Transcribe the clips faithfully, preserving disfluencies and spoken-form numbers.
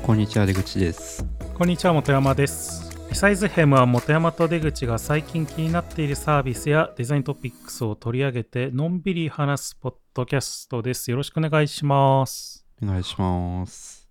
こんにちは、出口です。 こんにちは、本山です。サイズヘムは本山と出口が最近気になっているサービスやデザイントピックスを取り上げてのんびり話すポッドキャストです。よろしくお願いします。 お願いします。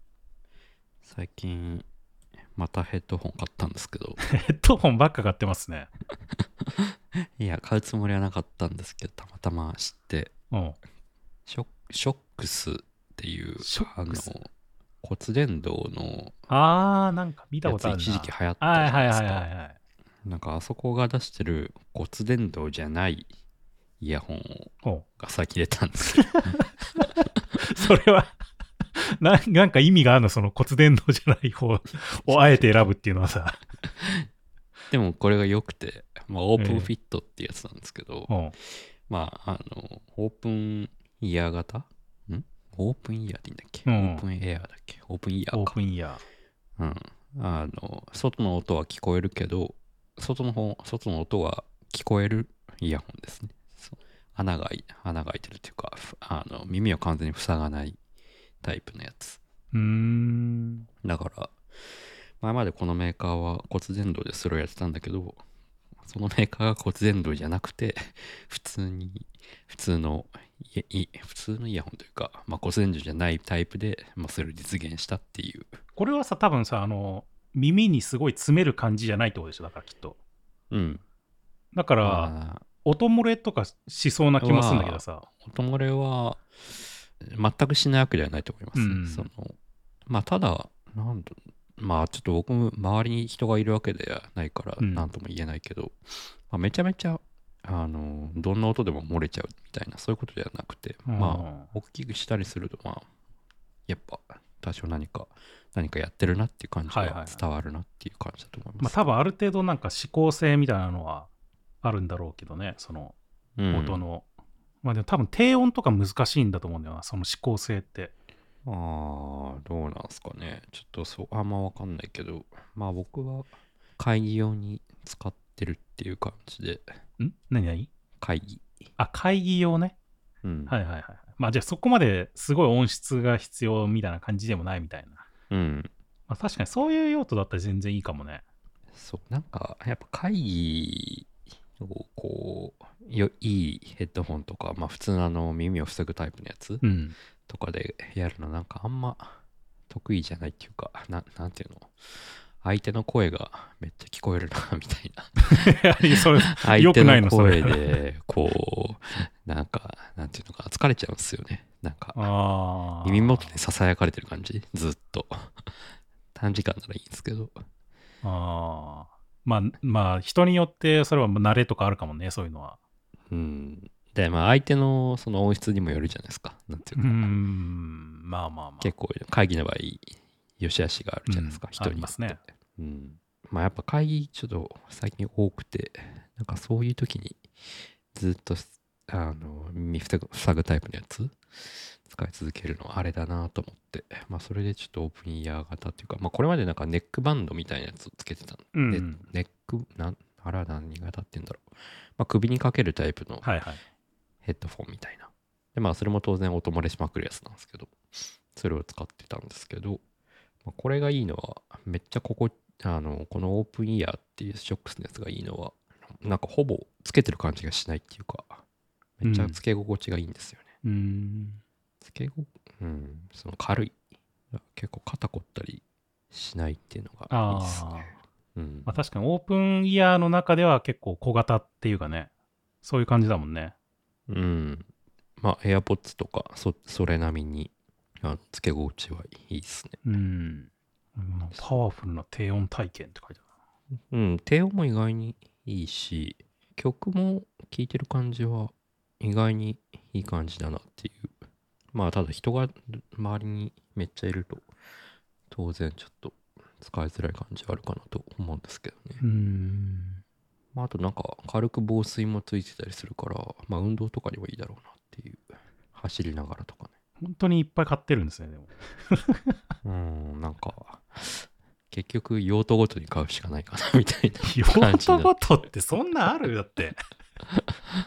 最近またヘッドホン買ったんですけどヘッドホンばっか買ってますね。 いや、買うつもりはなかったんですけど、たまたま知って、 うん、 ショショックスっていうショックスあの骨伝導のあー、なんか見たやつことあるな。 一時期流行ったじゃないですか。 はいはいはいはい、はい、 なんかあそこが出してる骨伝導じゃないイヤホンをが先出たんですよ。 それはな, なんか意味があるの、その骨伝導じゃない方をあえて選ぶっていうのはさ。 でもこれが良くて、まあ、オープンフィットってやつなんですけど、 えー、 まあ、あの、オープンイヤー型んオープンイヤーって言うんだっけ、 うん、 オープンエアーだっけオープンイヤーか。 オープンイヤー。うん。あの、外の音は聞こえるけど、外の方、外の音は聞こえるイヤホンですね。穴が、穴が開いてるっていうか、あの、耳を完全に塞がないタイプのやつ。 ー。うーん。 だから、前までこのメーカーは骨伝導でそれをやってたんだけど、そのメーカーが骨伝導じゃなくて、普通に、普通の、いい普通のイヤホンというか、まあ、骨伝導じゃないタイプで、まあ、それを実現したっていう。 これはさ、多分さ、あの、耳にすごい詰める感じじゃないってことでしょ、だからきっと。 うん。 だから、 まあ、 音漏れとかしそうな気もするんだけどさ。 音漏れは、全くしないわけではないと思いますね。 うん、 その、まあ、ただ、なんだ、まあ、ちょっと僕も周りに人がいるわけではないから、なんとも言えないけど、うん、まあ、めちゃめちゃ、あの、どんな音でも漏れちゃうみたいな、そういうことではなくて、うん、まあ、大きくしたりすると、まあ、やっぱ、多少何か、何かやってるなっていう感じが伝わるなっていう感じだと思います。 まあ、多分ある程度なんか指向性みたいなのはあるんだろうけどね、その音の。うん、まあでも多分低音とか難しいんだと思うんだよな、その指向性って。 ああ、どうなんすかね。ちょっとそうあんま分かんないけど、まあ僕は会議用に使ってるっていう感じで。 ん何何会議。 あ、会議用ね。うん。はいはいはい。まあじゃあそこまですごい音質が必要みたいな感じでもないみたいな。 うん。 まあ確かにそういう用途だったら全然いいかもね。 そう、なんかやっぱ会議をこう、よいいヘッドホンとか、まあ普通のあの耳を塞ぐタイプのやつ、うんとかでやるのなんかあんま得意じゃないっていうか、な、なんていうの相手の声がめっちゃ聞こえるな、みたいな。 それ相手の声で、こう、なんか、なんていうのか、疲れちゃうんですよね。なんか、耳元で囁かれてる感じずっと。短時間ならいいんですけど。 ああ。まあ、まあ、人によってそれは慣れとかあるかもね、そういうのは。 うん。で、まあ、相手のその音質にもよるじゃないですか。なんていうか。 うーん、まあまあまあ。 結構、会議の場合、良し悪しがあるじゃないですか、うん、人によって。ありますね。うん。まあ、やっぱ会議、ちょっと最近多くて、なんかそういう時に、ずっと、あの、耳塞ぐ、塞ぐタイプのやつ、使い続けるのはあれだなと思って、まあ、それでちょっとオープンイヤー型っていうか、まあ、これまでなんかネックバンドみたいなやつをつけてたんで、うん、ネック、なん、あれは何型って言うんだろう。まあ、首にかけるタイプのヘッドフォンみたいな。はいはい、で、まあ、それも当然音漏れしまくるやつなんですけど、それを使ってたんですけど、まあ、これがいいのは、めっちゃここ、あの、このオープンイヤーっていうショックスのやつがいいのは、なんかほぼつけてる感じがしないっていうか、めっちゃつけ心地がいいんですよね。うん。つけご、うん、その軽い。結構肩凝ったりしないっていうのがいいですね。 うん、まあ、確かにオープンイヤーの中では結構小型っていうかね、そういう感じだもんね。 うん。まあ、AirPods とかそ、それなみにつけ心地はいいですね。 うん。パワフルな低音体験って書いてある。うん、低音も意外にいいし、曲も聴いてる感じは意外にいい感じだなっていう。まあ、ただ人が周りにめっちゃいると、当然ちょっと使いづらい感じあるかなと思うんですけどね。うん。まあ、あとなんか軽く防水もついてたりするから、まあ運動とかにもいいだろうなっていう。走りながらとかね。 本当にいっぱい買ってるんですね、でも。 うん、なんか、結局用途ごとに買うしかないかなみたいな感じ。 用途ごとってそんなあるだって。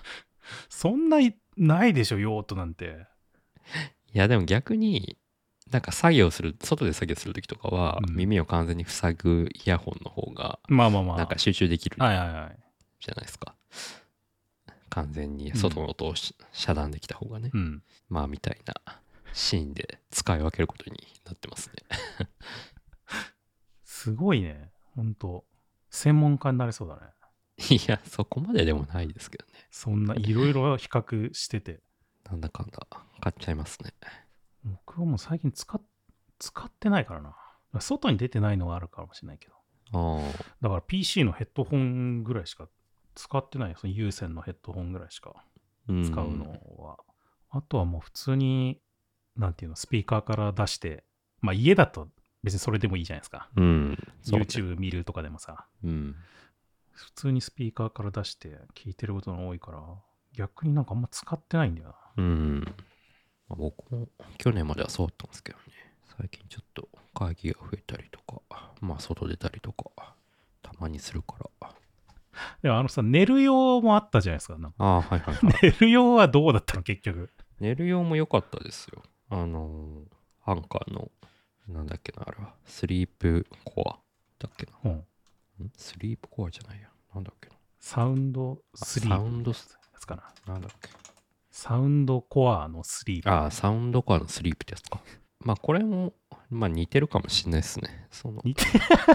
そんなないでしょ、用途なんて。 いやでも逆に、 なんか作業する、外で作業するときとかは、耳を完全に塞ぐイヤホンの方が、 まあまあまあ。 なんか集中できるじゃはいはいはい。 ないですか。完全に外の音を、うん、遮断できた方がね。 うん、 まあみたいなシーンで使い分けることになってますね。 すごいね。ほんと。専門家になれそうだね。 いや、そこまででもないですけどね。 そんないろいろ比較してて。 なんだかんだ買っちゃいますね。 僕はもう最近使っ使ってないからな。外に出てないのはあるかもしれないけど。 あだから ピーシー のヘッドホンぐらいしか使ってない。その有線のヘッドホンぐらいしか使うのは。あとはもう普通に、なんていうの、スピーカーから出して、まあ家だと別にそれでもいいじゃないですか。 うん。 YouTube 見るとかでもさ。 うん。 普通にスピーカーから出して聞いてることが多いから、逆になんかあんま使ってないんだよな。 うん。僕も去年まではそうだったんですけどね。最近ちょっと会議が増えたりとか、まあ外出たりとか、たまにするから。 でもあのさ、寝る用もあったじゃないですか。なんかああ、はいはいはい。 寝る用はどうだったの結局。 寝る用も良かったですよ。あのー、アンカーの、なんだっけな、あれは、スリープコアだっけな。うん。んスリープコアじゃないや。なんだっけな。 サウンドスリープ。 サウンドスやつかな。 なんだっけ。 サウンドコアのスリープ。 ああ、サウンドコアのスリープってやつか。まあこれも、まあ似てるかもしれないですね。その似て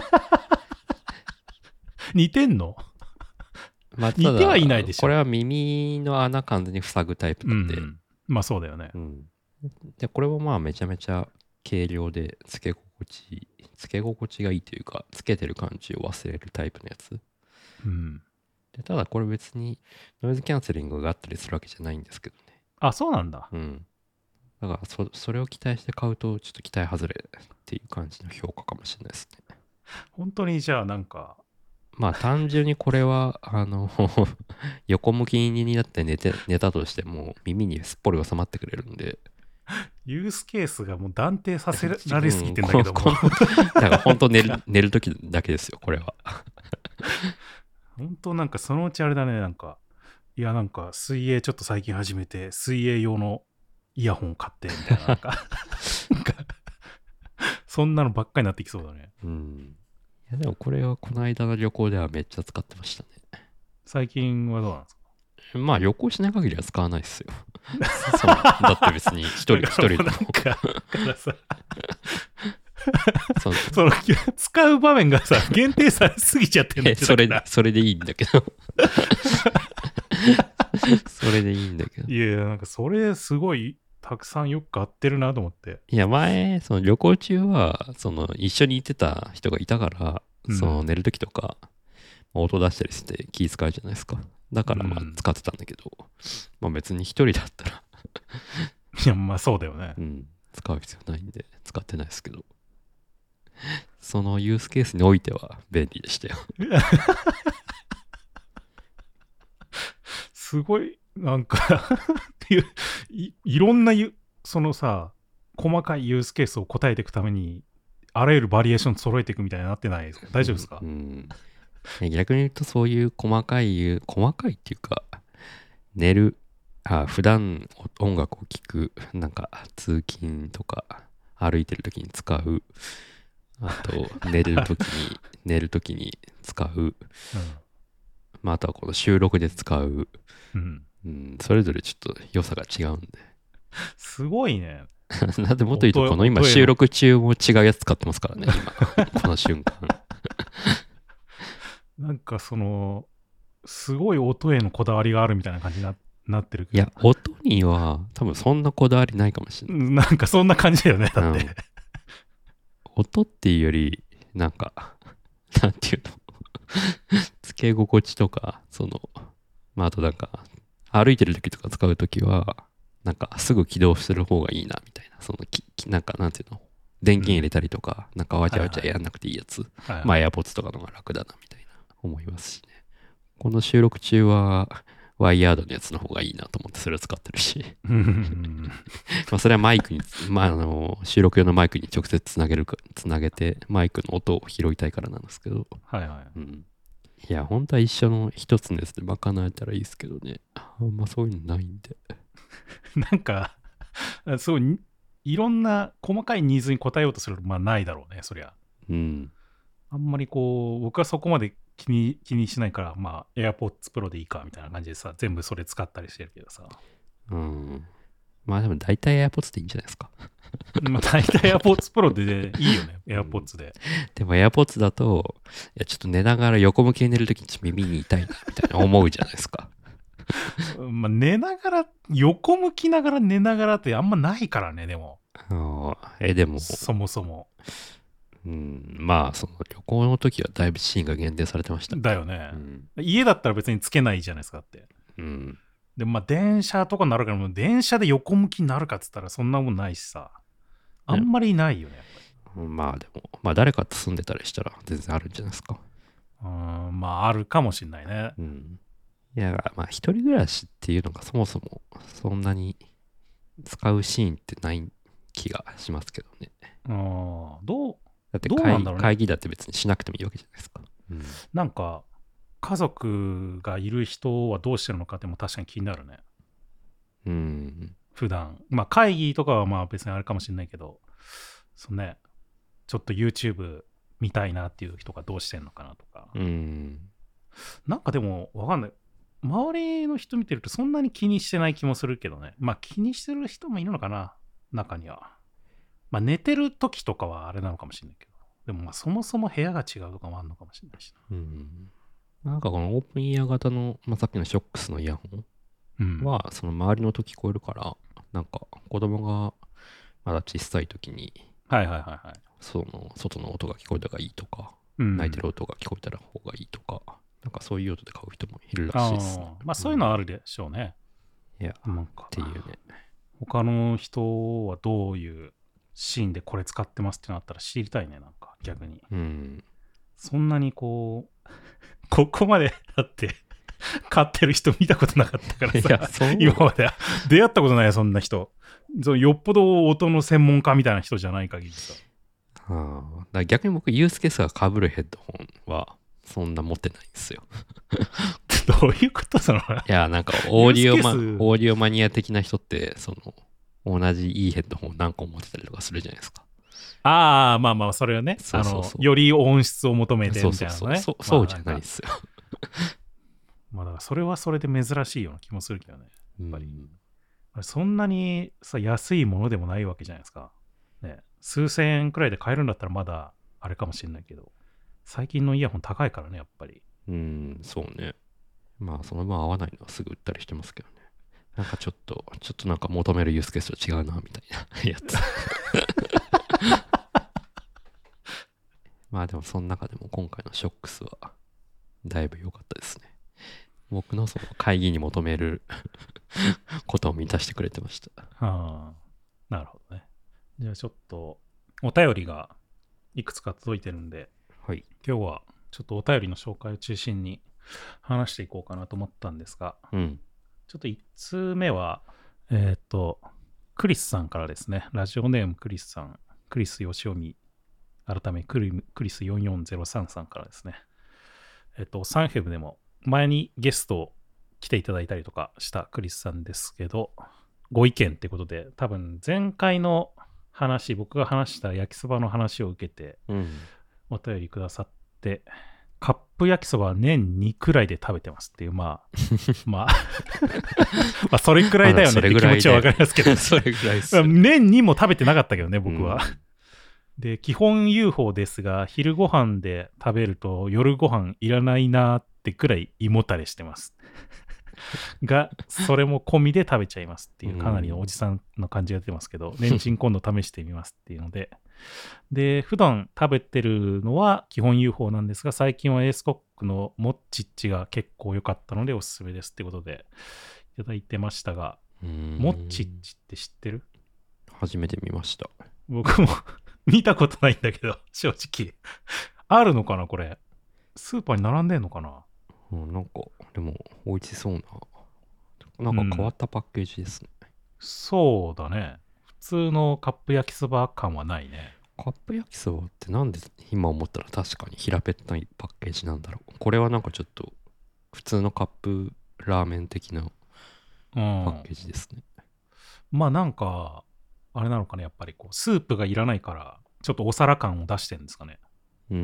似てんのまあ、 似てはいないでしょ。 これは耳の穴完全に塞ぐタイプなんで。うん、 まあそうだよね。 うん。で、これもまあめちゃめちゃ軽量で、つけ心地、つけ心地がいいというか、つけてる感じを忘れるタイプのやつ。 うん。 でただこれ別にノイズキャンセリングがあったりするわけじゃないんですけどね。 あ、そうなんだ。 うん。だからそ、それを期待して買うと、ちょっと期待外れっていう感じの評価かもしれないですね。 本当にじゃあなんか、 まあ単純にこれは、あの、横向きになって寝て、寝たとしても耳にすっぽり収まってくれるんで。 ユースケースがもう断定させられすぎてんだけども。 うん、だから本当寝る、寝るときだけですよ、これは。 本当なんかそのうちあれだね、なんか、いやなんか水泳ちょっと最近始めて、水泳用のイヤホン買ってみたいな、なんか、なんかそんなのばっかりになってきそうだね。 うん。いやでもこれはこの間の旅行ではめっちゃ使ってましたね。 最近はどうなんですか？ まあ旅行しない限りは使わないですよ。そうだって別に一人一人でも。 なんか、からさそのその使う場面がさ限定されすぎちゃってるんだけど。 それそれでいいんだけど。それでいいんだけど。 いやいやなんかそれすごいたくさんよく買ってるなと思って。 いや前その旅行中はその一緒に行ってた人がいたから、うん、その寝る時とか音出したりして気使うじゃないですか。だからまあ使ってたんだけど、うん、まあ別に一人だったらいやまあそうだよね。 うん、使う必要ないんで使ってないですけど、そのユースケースにおいては便利でしたよ。 すごいなんかい, いろんなそのさ細かいユースケースを答えていくためにあらゆるバリエーション揃えていくみたいになってないですか？大丈夫ですか？ うん、うん、逆に言うとそういう細かい細かいっていうか寝るあ普段音楽を聴くなんか通勤とか歩いてる時に使うあと寝る時に寝る時に使う、うん、まあ、あとはこの収録で使う、 うんうん、それぞれちょっと良さが違うんで。 すごいね。 だってもっと言うとこの今収録中も違うやつ使ってますからね今この瞬間。 なんかそのすごい音へのこだわりがあるみたいな感じに な, なってるけど。いや音には多分そんなこだわりないかもしれない。 なんかそんな感じだよねだって、うん、 音っていうよりなんかなんていうのつけ心地とかそのまああとなんか歩いてる時とか使う時はなんかすぐ起動する方がいいなみたいなそのきなんかなんていうの電源入れたりとか、うん、なんかわちゃわちゃやんなくていいやつ、はいはい、まあ AirPods とかのが楽だなみたいな思いますしね。この収録中はワイヤードのやつの方がいいなと思ってそれを使ってるしまあそれはマイクに、まあ、あの収録用のマイクに直接つなげるかつなげてマイクの音を拾いたいからなんですけど、 はいはい、 うん、いや本当は一緒の一つのやつで賄えたらいいですけどね、あんまそういうのないんでなんかそういろんな細かいニーズに応えようとするまあないだろうね、そりゃ。 うん。 あんまりこう、僕はそこまで気に気にしないから、まあ、AirPods Pro でいいかみたいな感じでさ、全部それ使ったりしてるけどさ。 うん。まあでも大体 AirPods でいいんじゃないですか。 まあ大体 AirPods Pro でいいよね、AirPods で。 でも AirPods だと、いやちょっと寝ながら横向きに寝るときに耳に痛いな、みたいな思うじゃないですか。 まあ寝ながら、横向きながら寝ながらってあんまないからね、でも。 あえ、でも、 そもそも。 うん、まあ、その旅行の時はだいぶシーンが限定されてました。 だよね、 うん、 家だったら別につけないじゃないですかって。 うん。 でもまあ電車とかになるから、もう電車で横向きになるかっつったらそんなもんないしさ。あんまりないよね、やっぱり。まあでも、まあ誰かと住んでたりしたら全然あるんじゃないですか。 うん、まああるかもしんないね。 うん。いや、まあ一人暮らしっていうのがそもそもそんなに使うシーンってない気がしますけどね。 うん、どうだって会、ね、会議だって別にしなくてもいいわけじゃないですか。 うん、なんか家族がいる人はどうしてるのかっても確かに気になるね。 うん。 普段まあ会議とかはまあ別にあれかもしれないけど、そうね、ちょっと YouTube 見たいなっていう人がどうしてんのかなとか。 うん。 なんかでもわかんない。周りの人見てるとそんなに気にしてない気もするけどね。まあ気にしてる人もいるのかな、中には。まあ寝てる時とかはあれなのかもしれないけど。でもまあそもそも部屋が違うとかもあるのかもしれないしな。うん。なんかこのオープンイヤー型の、まあ、さっきのショックスのイヤホンは、うん、その周りの音聞こえるから、なんか子供がまだ小さい時に、 はいはいはいはい。 その外の音が聞こえた方がいいとか、うん、泣いてる音が聞こえた方がいいとか、なんかそういう音で買う人もいるらしいです、ね。 まあそういうのはあるでしょうね。 うん、いや、なんかっていうね。 他の人はどういうシーンでこれ使ってますってなったら知りたいね、なんか逆に。 うん。 そんなにこう、ここまでだって買ってる人見たことなかったからさ、今まで出会ったことないよ、そんな人。よっぽど音の専門家みたいな人じゃない限りさ。 はあ、だから逆に僕、ユースケースが被るヘッドホンはそんな持ってないんですよ。 どういうことそのいや、なんかオーディオマ、オーディオマニア的な人って、その、同じいいヘッドホン何個持ってたりとかするじゃないですか。 ああ、まあまあ、それはね、そうそうそう、あのより音質を求めてみたいなね。 そうそうそう、そうじゃないですよ。 まあだからそれはそれで珍しいような気もするけどね、やっぱり。うん、そんなにさ安いものでもないわけじゃないですか。ね、数千円くらいで買えるんだったらまだあれかもしれないけど、最近のイヤホン高いからね、やっぱり。 うん、そうね。まあ、その分合わないのはすぐ売ったりしてますけどね。なんかちょっと、ちょっとなんか求めるユースケースと違うな、みたいなやつ。まあでも、その中でも今回のショックスは、だいぶ良かったですね。僕のその会議に求めることを満たしてくれてました。 はあ、なるほどね。じゃあちょっと、お便りがいくつか届いてるんで、 はい、 今日はちょっとお便りの紹介を中心に話していこうかなと思ったんですが、 うん、 ちょっといっつうめは、えっ、ー、と、クリスさんからですね、ラジオネームクリスさん、クリスよしおみ、改めクリ、クリスよんよんゼロさんさんからですね、えっ、ー、と、サンヘブでも前にゲスト来ていただいたりとかしたクリスさんですけど、ご意見ってことで、多分前回の話、僕が話した焼きそばの話を受けて、お便りくださって、うん、カップ焼きそばは年にくらいで食べてますっていう、まあ、まあ、まあ、それくらいだよねって気持ちはわかりますけど、 それぐらいです。 年にも食べてなかったけどね、僕は。うん、で、基本 ユーフォー ですが、昼ご飯で食べると夜ご飯いらないなってくらい胃もたれしてます。が、それも込みで食べちゃいますっていう、かなりのおじさんの感じが出てますけど、レンチン今度試してみますっていうので、で、普段食べてるのは基本 ユーフォー なんですが、最近はエースコックのモッチッチが結構良かったのでおすすめですってことでいただいてましたが、モッチッチって知ってる？ 初めて見ました。 僕も見たことないんだけど、正直。あるのかなこれ。スーパーに並んでんのかな？ うん、なんか、でも、美味しそうな。なんか変わったパッケージですね。 うん、そうだね。普通のカップ焼きそば感はないね。 カップ焼きそばってなんで今思ったら確かに平べったいパッケージなんだろう。これはなんかちょっと普通のカップラーメン的なパッケージですね。 うん、まあなんか、 あれなのかね、やっぱりこうスープがいらないからちょっとお皿感を出してるんですかね。 うん。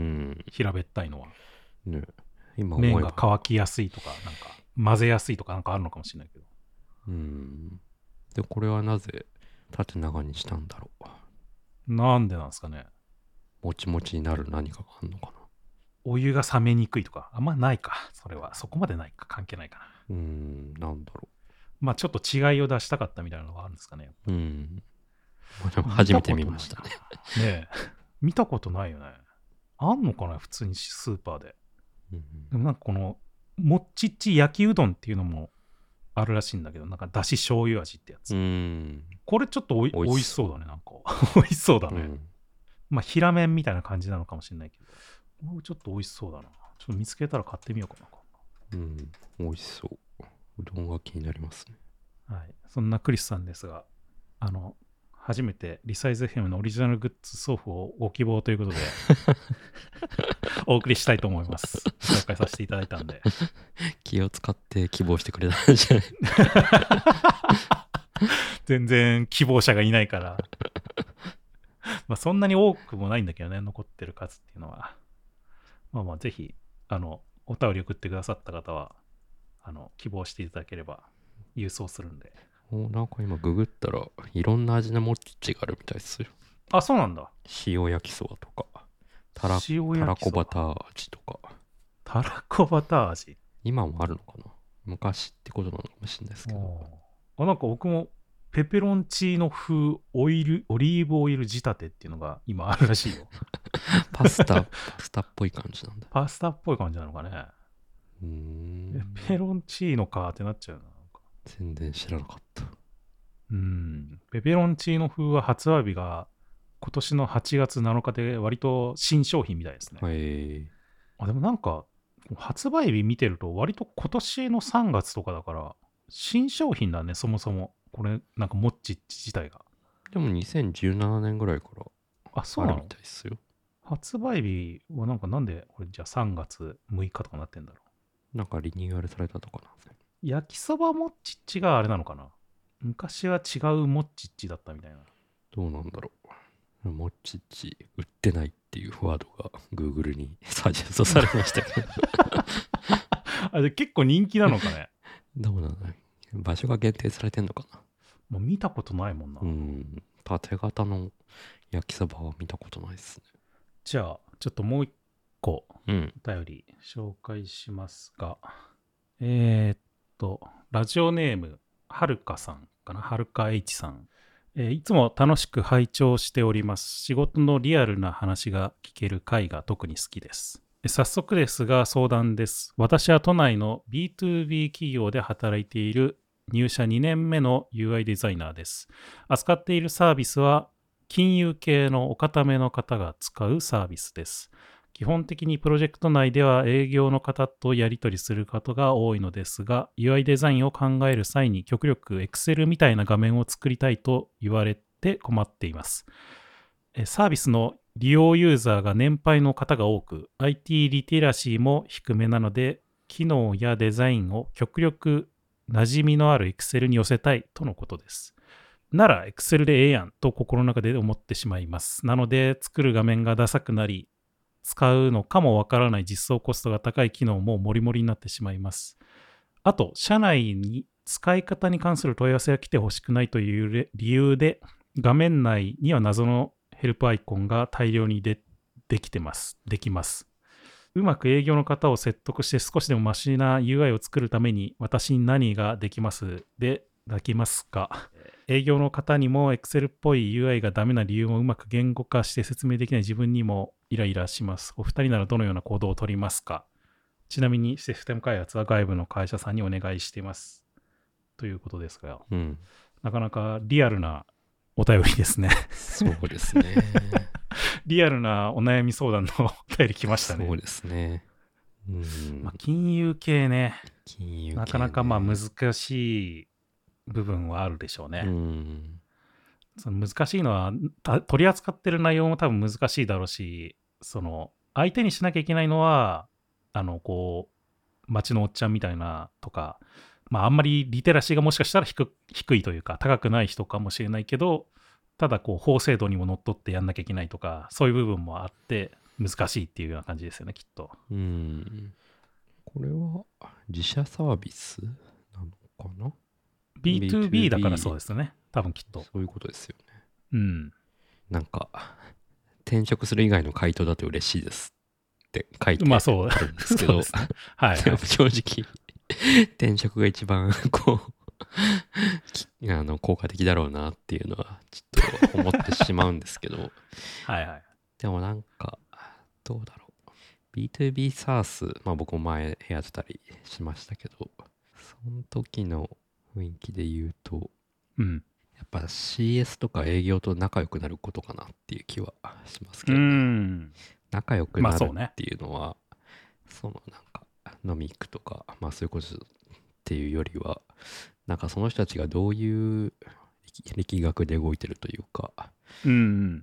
平べったいのは。 ね、今麺が乾きやすいとか、なんか混ぜやすいとかなんかあるのかもしれないけど。 うん。で、これはなぜ縦長にしたんだろう。なんでなんですかね。 もちもちになる何かがあるのかな。 お湯が冷めにくいとか、あんまないか。それは。そこまでないか。関係ないかな。うん、なんだろう。まあちょっと違いを出したかったみたいなのがあるんですかね。 うん。初めて見ましたね。 ねえ。見たことないよね。あんのかな普通にスーパーで。うん、でもなんかこの、もっちっち焼きうどんっていうのもあるらしいんだけど、なんかだし醤油味ってやつ。うんこれちょっとおいおいしそうだね、なんか。おいしそうだね。うん、まあ平麺みたいな感じなのかもしれないけど。ちょっと美味しそうだな。ちょっと見つけたら買ってみようかな。 うん、美味しそう。うどんが気になりますね。 はい。そんなクリスさんですが、あの、初めてリサイズ エフエム のオリジナルグッズ送付をご希望ということでお送りしたいと思います。紹介させていただいたんで。 気を使って希望してくれたんじゃない全然希望者がいないからまあそんなに多くもないんだけどね、残ってる数っていうのは。まあまあぜひ、あの、お便り送ってくださった方は、あの、希望していただければ郵送するんで。 おなんか今ググったらいろんな味のもっちがあるみたいですよ。 あ、そうなんだ。 塩焼きそばとか、たら、たらこバター味とか。 たらこバター味今もあるのかな昔ってことなのかもしれないですけど。 あ、なんか僕もペペロンチーノ風オイル、オリーブオイル仕立てっていうのが今あるらしいよ。 パスタ、パスタっぽい感じなんだ。 パスタっぽい感じなのかね。うーん。ペペロンチーノかってなっちゃうな。 全然知らなかった。 うん。ペペロンチーノ風は発売日が今年のはちがつなのかで割と新商品みたいですね。 へあ、でもなんか発売日見てると割と今年のさんがつとかだから新商品だね、そもそも。これなんかモッチッチ自体が。 でもにせんじゅうななねんぐらいからあ、そうなの？ あるみたいですよ。 発売日はなんかなんでこれじゃあさんがつむいかとかなってんだろう。なんかリニューアルされたとかなんですね。 焼きそばモッチッチがあれなのかな。昔は違うモッチッチだったみたいな。 どうなんだろう。モッチッチ売ってないっていうワードが Google にサジェストされましたけどあれ結構人気なのかね。 どうなの？場所が限定されてんのかな。 もう見たことないもんな。 うん。縦型の焼きそばは見たことないですね。 じゃあちょっともう一個お便り紹介しますが、うん、えー、っとラジオネームはるかさんかな、はるか H さん、えー、いつも楽しく拝聴しております。仕事のリアルな話が聞ける回が特に好きです。早速ですが相談です。私は都内の ビーツービー 企業で働いている入社にねんめの ユーアイ デザイナーです。扱っているサービスは金融系のお固めの方が使うサービスです。基本的にプロジェクト内では営業の方とやり取りすることが多いのですが、ユーアイ デザインを考える際に極力 Excel みたいな画面を作りたいと言われて困っています。サービスの利用ユーザーが年配の方が多く、アイティー リテラシーも低めなので、機能やデザインを極力馴染みのある Excel に寄せたいとのことです。なら Excel でええやんと心の中で思ってしまいます。なので作る画面がダサくなり、使うのかもわからない実装コストが高い機能もモリモリになってしまいます。あと、社内に使い方に関する問い合わせが来てほしくないという理由で、画面内には謎のヘルプアイコンが大量に で, できてます。できます。うまく営業の方を説得して少しでもマシな ユーアイ を作るために私に何ができますでできますか？営業の方にも Excel っぽい ユーアイ がダメな理由もうまく言語化して説明できない自分にもイライラします。お二人ならどのような行動を取りますか？ちなみにシステム開発は外部の会社さんにお願いしています。ということですが、うん、なかなかリアルなお便りですね。 そうですね。 リアルなお悩み相談のお便り来ましたね。 そうですね。 うんまあ、金融系ね。金融系ね。なかなかまあ難しい部分はあるでしょうね。うん、その難しいのは取り扱ってる内容も多分難しいだろうし、その相手にしなきゃいけないのはあのこう町のおっちゃんみたいなとか、まああんまりリテラシーがもしかしたら 低, 低いというか高くない人かもしれないけど、 ただこう法制度にものっとってやんなきゃいけないとか、そういう部分もあって難しいっていうような感じですよね、きっと。 うん。これは自社サービスなのかな？ ビーツービー だからそうでですね、多分きっと。 そういうことですよね。 うん。 なんか、転職する以外の回答だと嬉しいですって書いてまあそうあるんですけど、 そうですね、はい、はい、 でも正直、転職が一番こうあの効果的だろうなっていうのはちょっと思ってしまうんですけど、 はいはい。 でもなんか、どうだろう。ビーツービー SaaS、まあ僕も前やってたりしましたけど、その時の雰囲気で言うと、 うん。 やっぱ シーエス とか営業と仲良くなることかなっていう気はしますけうど、ね、 ん。 仲良くなるまあそうね。 っていうのは、そのなんか飲み行くとか、まあそういうことっていうよりは、なんかその人たちがどういう力学で動いてるというか、 うん、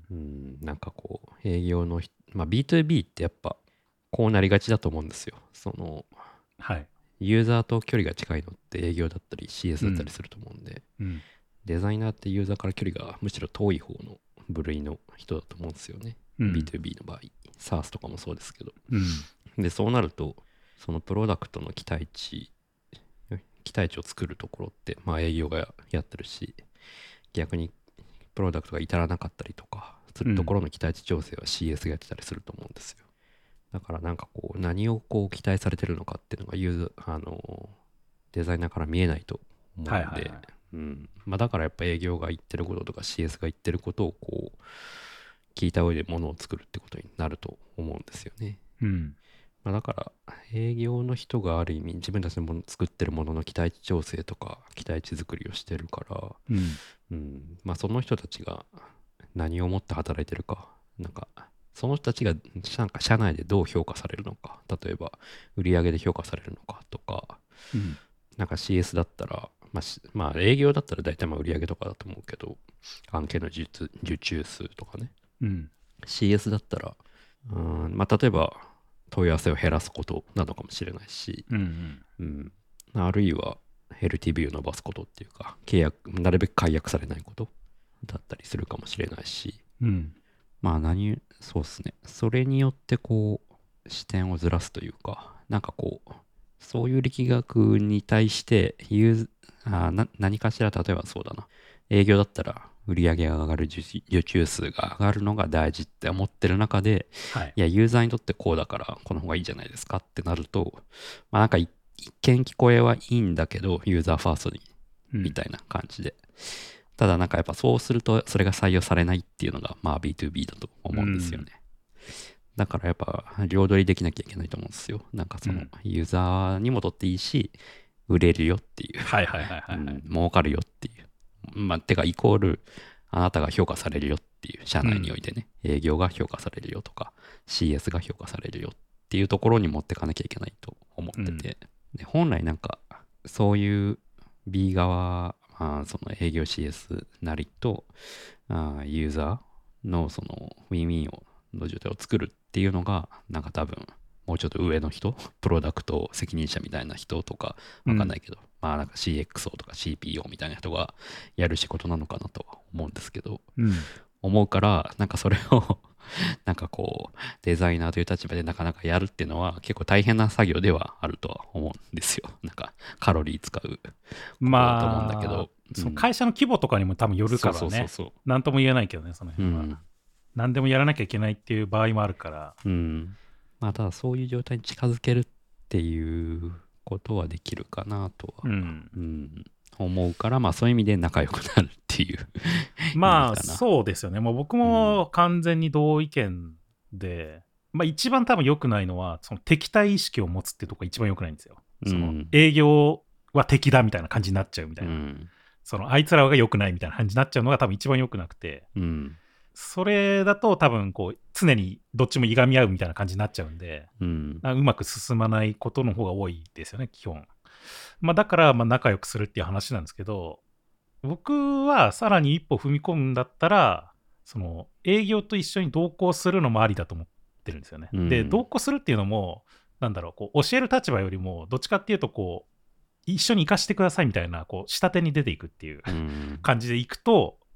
うん、なんかこう営業の人、まあ ビーツービー ってやっぱこうなりがちだと思うんですよ。その、 はい。 ユーザーと距離が近いのって営業だったり シーエス だったりすると思うんで、 うん。 デザイナーってユーザーから距離がむしろ遠い方の部類の人だと思うんですよね。 うん、 ビーツービー の場合、SaaS とかもそうですけど。 うん。 で、そうなると、そのプロダクトの期待値、期待値を作るところって、まあ営業がやってるし、逆にプロダクトが至らなかったりとかするところの期待値調整は シーエス がやってたりすると思うんですよ。だからなんかこう何をこう期待されてるのかっていうのがユーあのデザイナーから見えないと思うんで、 はいはいはい。 うんまあ、だからやっぱ営業が言ってることとか シーエス が言ってることをこう聞いた上でものを作るってことになると思うんですよね。 うん。 まあ、だから営業の人がある意味自分たちのもの作ってるものの期待値調整とか期待値作りをしてるから、 うんうんまあ、その人たちが何をもって働いてるか、なんかその人たちがなんか社内でどう評価されるのか、例えば売上で評価されるのかとか、 うん。 なんか シーエス だったら、まあ、まあ、営業だったら大体まあ売上とかだと思うけど、案件の受注受注数とかね。 うん。 シーエス だったら、うんまあ、例えば問い合わせを減らすことなのかもしれないし、 うんうん。 うん、あるいは エルティーブイ を伸ばすことっていうか、契約、なるべく解約されないことだったりするかもしれないし、 うん。 まあ何、そうですね。それによってこう、視点をずらすというか、なんかこう、そういう力学に対してユーあな、何かしら、例えばそうだな。営業だったら売り上げが上がる、受受注数が上がるのが大事って思ってる中で、 はい。 いや、ユーザーにとってこうだから、この方がいいじゃないですかってなると、まあなんか一見聞こえはいいんだけど、ユーザーファーストに、みたいな感じで。ただなんかやっぱそうするとそれが採用されないっていうのがまあ ビーツービー だと思うんですよね。うん、だからやっぱ両取りできなきゃいけないと思うんですよ。なんかそのユーザーにもとっていいし、売れるよっていう。 はいはいはいはい、はいうん。儲かるよっていう。まあてかイコールあなたが評価されるよっていう社内においてね、うん、営業が評価されるよとか シーエス が評価されるよっていうところに持ってかなきゃいけないと思ってて、うん、で本来なんかそういう B 側あその営業 シーエス なりとあユーザーのそのウィンウィンをの状態を作るっていうのがなんか多分もうちょっと上の人プロダクト責任者みたいな人とかわかんないけど、うん、まあなんか シーエックスオー とか シーピーオー みたいな人がやる仕事なのかなとは思うんですけど、 うん、 思うからなんかそれをなんかこうデザイナーという立場でなかなかやるっていうのは結構大変な作業ではあるとは思うんですよ。なんかカロリー使うことだと思うんだけど、まあうん、その会社の規模とかにも多分よるからね、何とも言えないけどね、その辺は、うん、何でもやらなきゃいけないっていう場合もあるから、 うん、まあただそういう状態に近づけるっていうことはできるかなとは、 うんうん、思うから、まあそういう意味で仲良くなるっていうまあそうですよね。もう僕も完全に同意見で、うん、まあ一番多分良くないのはその敵対意識を持つっていうところが一番良くないんですよ。うん、その営業は敵だみたいな感じになっちゃうみたいな、うん、そのあいつらが良くないみたいな感じになっちゃうのが多分一番良くなくて、うん、それだと多分こう常にどっちもいがみ合うみたいな感じになっちゃうんで、うん、うまく進まないことの方が多いですよね基本。まあ、だからまあ仲良くするっていう話なんですけど、僕はさらに一歩踏み込むんだったらその営業と一緒に同行するのもありだと思ってるんですよね、うん、で同行するっていうのもなんだろう、こう教える立場よりもどっちかっていうとこう一緒に行かしてくださいみたいなこう下手に出ていくっていう、うん、感じでいくと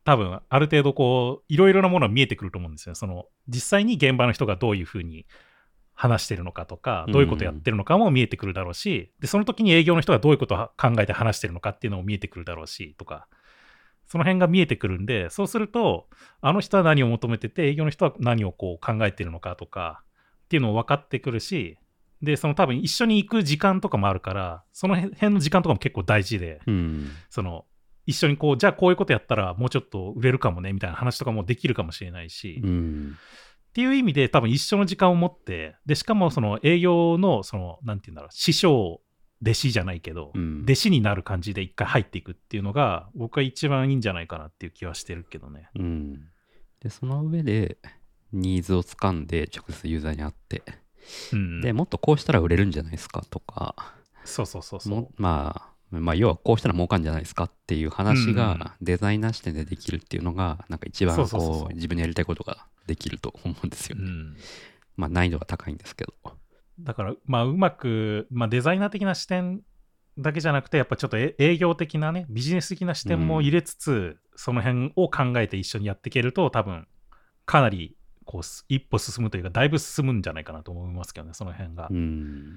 多分ある程度こういろいろなものが見えてくると思うんですよ。その実際に現場の人がどういうふうに話してるのかとか、どういうことやってるのかも見えてくるだろうし、でその時に営業の人がどういうことを考えて話してるのかっていうのも見えてくるだろうしとか、その辺が見えてくるんで、そうするとあの人は何を求めてて、営業の人は何をこう考えてるのかとかっていうのも分かってくるし、でその多分一緒に行く時間とかもあるから、その辺の時間とかも結構大事で、 うん、 その一緒にこうじゃあこういうことやったらもうちょっと売れるかもねみたいな話とかもできるかもしれないし、 うん、 っていう意味で多分一緒の時間を持って、でしかもその営業のそのなんていうんだろう、師匠弟子じゃないけど、うん、弟子になる感じで一回入っていくっていうのが僕は一番いいんじゃないかなっていう気はしてるけどね。 うん、でその上でニーズをつかんで直接ユーザーに会って、うん、でもっとこうしたら売れるんじゃないですかとか、 そうそうそうそう、 まあまあ要はこうしたら儲かるんじゃないですかっていう話がデザイナー視点でできるっていうのがなんか一番こう自分のやりたいことができると思うんですよね。うん、まあ難易度が高いんですけど。 だからまあうまく、まあ、デザイナー的な視点だけじゃなくてやっぱちょっと営業的なねビジネス的な視点も入れつつ、うん、その辺を考えて一緒にやっていけると多分かなりこう一歩進むというかだいぶ進むんじゃないかなと思いますけどね、その辺が。 うん、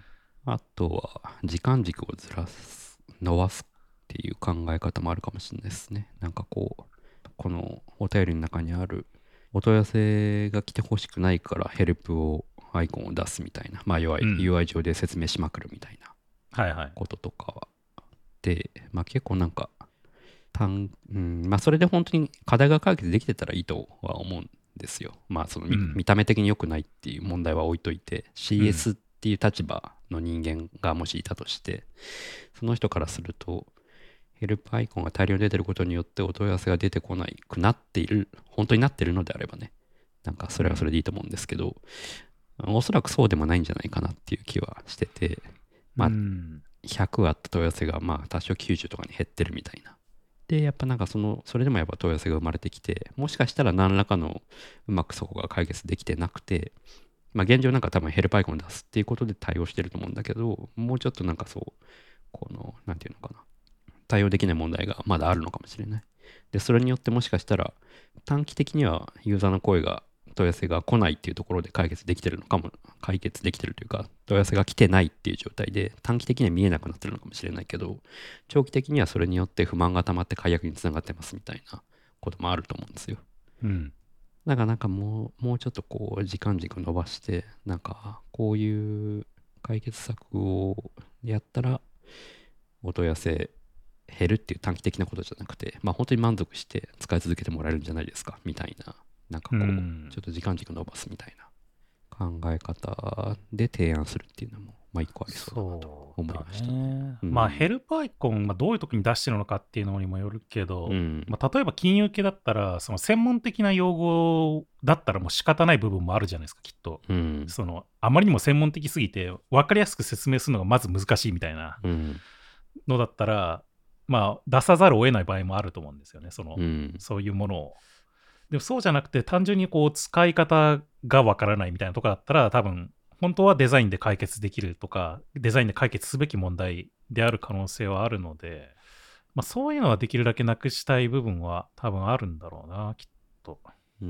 あとは時間軸をずらす伸ばすっていう考え方もあるかもしれないですね。なんかこうこのお便りの中にあるお問い合わせが来てほしくないからヘルプをアイコンを出すみたいな、まあ要は ユーアイ 上で説明しまくるみたいなこととかは、で、まあ結構なんか単、うん、まあそれで本当に課題が解決できてたらいいとは思うんですよ。まあその 見,、うん、見た目的に良くないっていう問題は置いといて、 シーエス っていう立場の人間がもしいたとして、その人からするとヘルプアイコンが大量に出てることによってお問い合わせが出てこないくなっている、本当になってるのであればね、なんかそれはそれでいいと思うんですけど、うん、おそらくそうでもないんじゃないかなっていう気はしてて、まあひゃくあった問い合わせがまあ多少きゅうじゅうとかに減ってるみたいな。でやっぱなんかそのそれでもやっぱ問い合わせが生まれてきて、もしかしたら何らかのうまくそこが解決できてなくて、まあ現状なんか多分ヘルプアイコン出すっていうことで対応してると思うんだけど、もうちょっとなんかそうこのなんていうのかな、対応できない問題がまだあるのかもしれない。でそれによってもしかしたら短期的にはユーザーの声が問い合わせが来ないっていうところで解決できてるのかも、解決できてるというか問い合わせが来てないっていう状態で短期的には見えなくなってるのかもしれないけど、長期的にはそれによって不満が溜まって解約につながってますみたいなこともあると思うんですよ。うん。だからなんかもうもうちょっとこう時間軸伸ばして、なんかこういう解決策をやったらお問い合わせ減るっていう短期的なことじゃなくて、まあ本当に満足して使い続けてもらえるんじゃないですかみたいな、なんかこう、うん、ちょっと時間軸伸ばすみたいな考え方で提案するっていうのもまあ一個ありそうだなと思いました、ね。 うん、まあヘルプアイコン、まあ、どういう時に出してるのかっていうのにもよるけど、うん、まあ、例えば金融系だったらその専門的な用語だったらもう仕方ない部分もあるじゃないですかきっと、うん、そのあまりにも専門的すぎて分かりやすく説明するのがまず難しいみたいなのだったら、まあ出さざるを得ない場合もあると思うんですよね、その、うん、そういうものを。でもそうじゃなくて単純にこう使い方がわからないみたいなとこだったら多分本当はデザインで解決できるとかデザインで解決すべき問題である可能性はあるので、まあ、そういうのはできるだけなくしたい部分は多分あるんだろうなきっと。うん、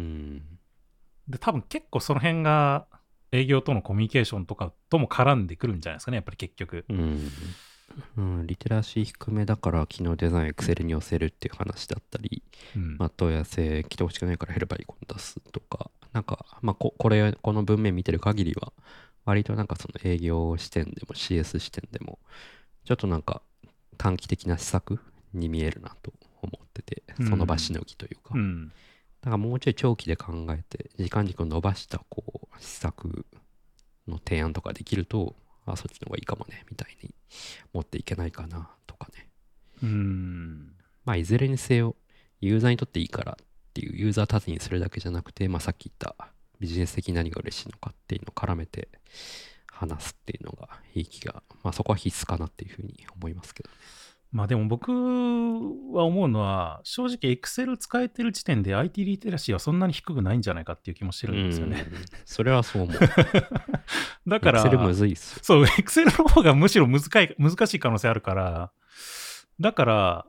で多分結構その辺が営業とのコミュニケーションとかとも絡んでくるんじゃないですかねやっぱり結局。うんうん、リテラシー低めだから機能デザインエクセルに寄せるっていう話だったり、うん、まあ問い合わせ来てほしくないからヘルプアイコン出すとか、なんかまあ こ, これこの文面見てる限りは割となんかその営業視点でも シーエス 視点でもちょっとなんか短期的な施策に見えるなと思ってて、その場しのぎというか、うん、だからもうちょい長期で考えて時間軸を伸ばしたこう施策の提案とかできると、あそっちの方がいいかもねみたいに持っていけないかなとかね。うーん。まあいずれにせよユーザーにとっていいからっていうユーザー縦にするだけじゃなくて、まあさっき言ったビジネス的に何が嬉しいのかっていうのを絡めて話すっていうのがいい気が、まあそこは必須かなっていうふうに思いますけどね。 まあでも僕は思うのは正直 Excel 使えてる時点で アイティー リテラシーはそんなに低くないんじゃないかっていう気もしてるんですよね。 それはそう思う。 だから Excel むずいっすよ。 そう Excel の方がむしろ難しい難しい可能性あるから、だから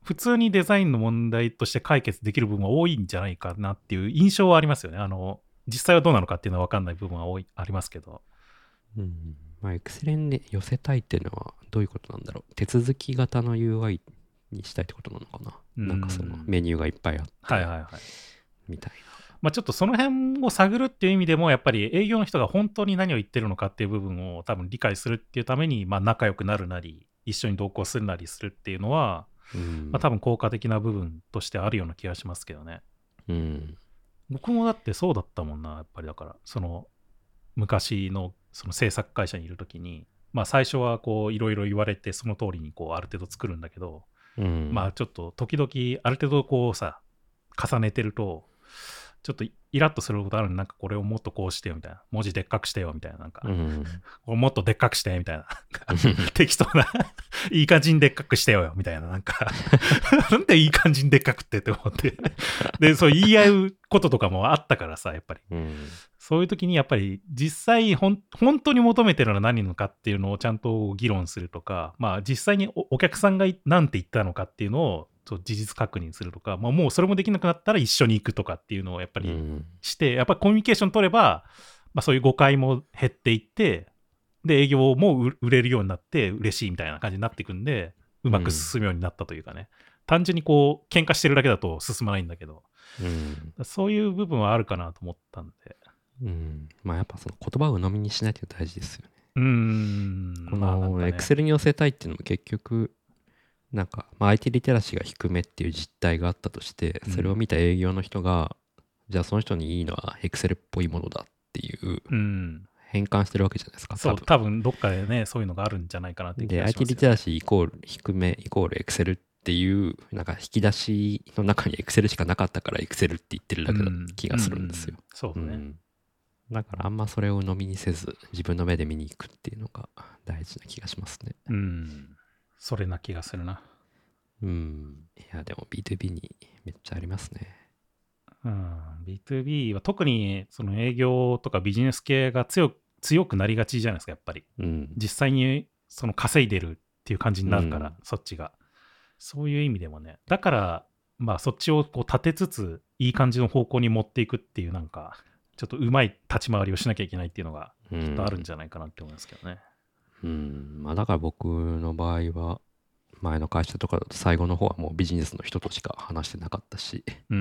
普通にデザインの問題として解決できる部分は多いんじゃないかなっていう印象はありますよね。あの実際はどうなのかっていうのは分かんない部分は多いありますけど、 うん、まあ Excel に寄せたいっていうのはどういうことなんだろう。手続き型の ユーアイ にしたいってことなのかな。うん、なんかそのメニューがいっぱいあって、 はいはいはい、 みたいな。 まあちょっとその辺を探るっていう意味でもやっぱり営業の人が本当に何を言ってるのかっていう部分を多分理解するっていうために、まあ仲良くなるなり一緒に同行するなりするっていうのは、うん、まあ多分効果的な部分としてあるような気がしますけどね。 うん、 僕もだってそうだったもんな、やっぱり。だからその昔のその制作会社にいるときに、まあ最初はこういろいろ言われてその通りにこうある程度作るんだけど、うん、まあちょっと時々ある程度こうさ重ねてるとちょっとイラッとすることあるんで、なんかこれをもっとこうしてよみたいな、文字でっかくしてよみたいな、なんか、うん、これもっとでっかくしてみたいな、適当ないい感じにでっかくしてよみたいな、なんかなんでいい感じにでっかくってって思ってで、そう言い合うこととかもあったからさ、やっぱり、うん、そういう時にやっぱり実際ほん本当に求めてるのは何なのかっていうのをちゃんと議論するとか、まあ実際に お, お客さんが何て言ったのかっていうのを事実確認するとか、まあ、もうそれもできなくなったら一緒に行くとかっていうのをやっぱりして、うん、やっぱりコミュニケーション取れば、まあ、そういう誤解も減っていって、で営業も売れるようになって嬉しいみたいな感じになっていくんで、うまく進むようになったというかね、うん、単純にこう喧嘩してるだけだと進まないんだけど、うん、そういう部分はあるかなと思ったんで、 うん、まあやっぱその言葉を鵜呑みにしないというのは大事ですよね。 うーん、 この Excel に寄せたいっていうのも結局なんか、まあ、アイティー リテラシーが低めっていう実態があったとして、それを見た営業の人が、うん、じゃあその人にいいのは Excel っぽいものだっていう、うん、変換してるわけじゃないですか。 そう、多分どっかでね、そういうのがあるんじゃないかなって気がしますよね。 で、アイティー リテラシーイコール低めイコール Excel っていう、なんか引き出しの中に Excel しかなかったから Excel って言ってるだけだ気がするんですよ。 うんうん、そうね、うん。 だからあんまそれを飲みにせず、自分の目で見に行くっていうのが大事な気がしますね。 うん。それな気がするな。 うん。いや、でも ビーツービー にめっちゃありますね。 うん。ビーツービー は特にその営業とかビジネス系が強く、強くなりがちじゃないですか、やっぱり。うん、実際にその稼いでるっていう感じになるから、うん、そっちが。そういう意味でもね。だから、まあそっちをこう立てつつ、いい感じの方向に持っていくっていう、なんか、ちょっとうまい立ち回りをしなきゃいけないっていうのが、きっとあるんじゃないかなって思いますけどね。 うん。うん、まあだから僕の場合は、前の会社とかだと最後の方はもうビジネスの人としか話してなかったし、うん、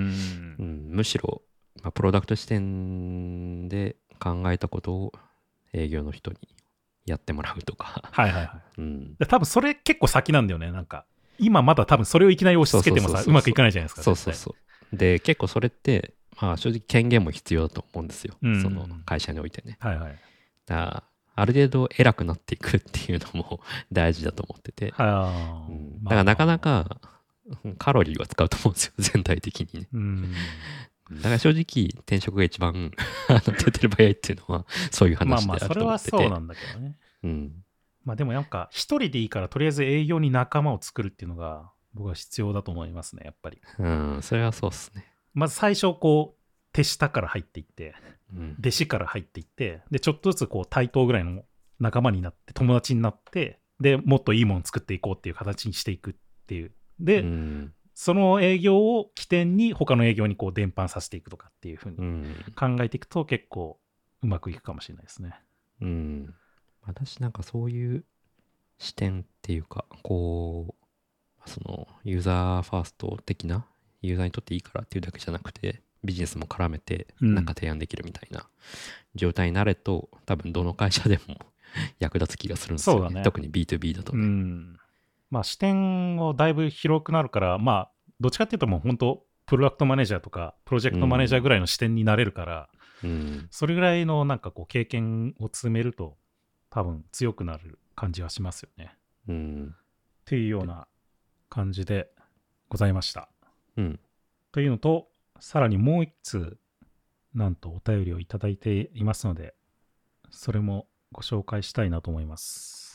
うん、むしろ、まあ、プロダクト視点で考えたことを営業の人にやってもらうとか。 はいはいはい。うん、多分それ結構先なんだよね。なんか今まだ多分それをいきなり押し付けてもさ、うまくいかないじゃないですか。 そうそうそう。で結構それってまあ正直権限も必要だと思うんですよ。うん、その会社においてね。はいはい。だからある程度偉くなっていくっていうのも大事だと思ってて、はうん、だからなかなかカロリーは使うと思うんですよ、全体的にね。うん、だから正直転職が一番手っ取り早いっていうのはそういう話であると思ってて、まあまあそれはそうなんだけどね。うん、まあでもなんか一人でいいからとりあえず営業に仲間を作るっていうのが僕は必要だと思いますね、やっぱり。 うん、それはそうっすね。 まず最初こう手下から入っていって、うん、弟子から入っていって、でちょっとずつこう対等ぐらいの仲間になって友達になって、でもっといいもの作っていこうっていう形にしていくっていうで、うん、その営業を起点に他の営業にこう伝播させていくとかっていうふうに考えていくと結構うまくいくかもしれないですね。 うん、私なんかそういう視点っていうかこうそのユーザーファースト的なユーザーにとっていいからっていうだけじゃなくてビジネスも絡めてなんか提案できるみたいな状態になれと、多分どの会社でも役立つ気がするんですよね。そうだね。特に ビーツービー だとね。うん、 まあ視点をだいぶ広くなるから、まあどっちかっていうともう本当プロダクトマネージャーとかプロジェクトマネージャーぐらいの視点になれるから、うん、それぐらいのなんかこう経験を積めると多分強くなる感じはしますよね。うん、っていうような感じでございました。うん、というのとさらにもう一通なんとお便りをいただいていますので、それもご紹介したいなと思います。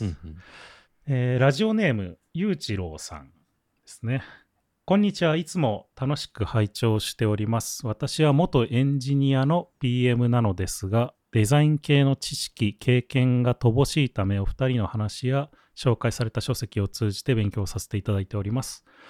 うんうんえー、ラジオネームゆうちろうさんですね。こんにちは。いつも楽しく拝聴しております。私は元エンジニアの ピーエム なのですが、デザイン系の知識経験が乏しいため、お二人の話や紹介された書籍を通じて勉強させていただいております。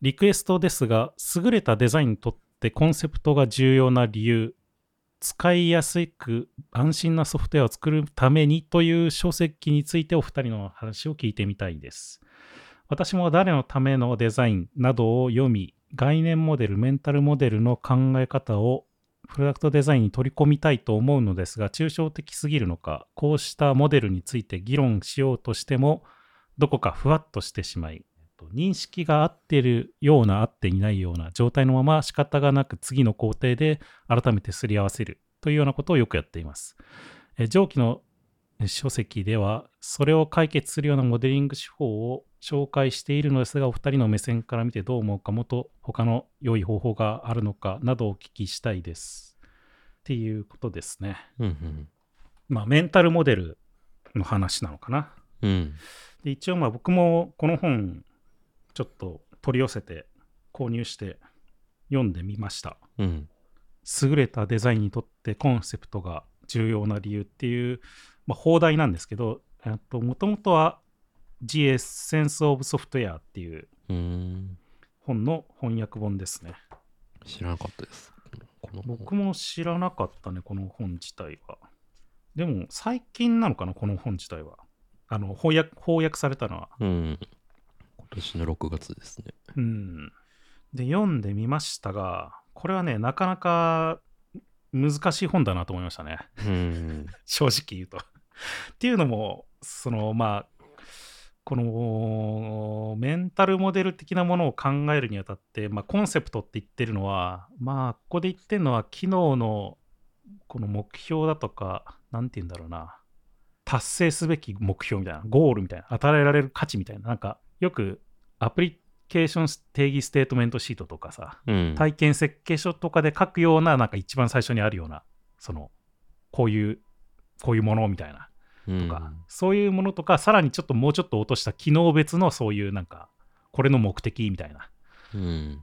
リクエストですが、優れたデザインにとってコンセプトが重要な理由、使いやすく安心なソフトウェアを作るためにという書籍についてお二人の話を聞いてみたいです。私も誰のためのデザインなどを読み、概念モデル、メンタルモデルの考え方をプロダクトデザインに取り込みたいと思うのですが、抽象的すぎるのか、こうしたモデルについて議論しようとしても、どこかふわっとしてしまい、認識が合っているような合っていないような状態のまま仕方がなく次の工程で改めてすり合わせるというようなことをよくやっています。え上記の書籍ではそれを解決するようなモデリング手法を紹介しているのですが、お二人の目線から見てどう思うか、もっと他の良い方法があるのかなどをお聞きしたいですっていうことですね。 うんうん、 まあメンタルモデルの話なのかな。 うん、 で一応まあ僕もこの本ちょっと取り寄せて購入して読んでみました、 うん、 優れたデザインにとってコンセプトが重要な理由っていう、まあ、放題なんですけど、もともとは The Essence of Software っていう本の翻訳本ですね。 知らなかったです。 この僕も知らなかったね、この本自体は。でも最近なのかな、この本自体は。あの翻訳、翻訳されたのは。 うん、今年のろくがつですね。 うん。で、読んでみましたが、これはね、なかなか難しい本だなと思いましたね。 うん、 正直言うと。っていうのも、その、まあ、このメンタルモデル的なものを考えるにあたって、まあ、コンセプトって言ってるのは、まあ、ここで言ってるのは、機能のこの目標だとか、なんて言うんだろうな、達成すべき目標みたいな、ゴールみたいな、与えられる価値みたいな、なんか、よくアプリケーション定義ステートメントシートとかさ、 うん、 体験設計書とかで書くような、なんか一番最初にあるような、その、こういう、こういうものみたいな。とか、うん、そういうものとか、さらにちょっともうちょっと落とした機能別のそういうなんかこれの目的みたいな、 うん、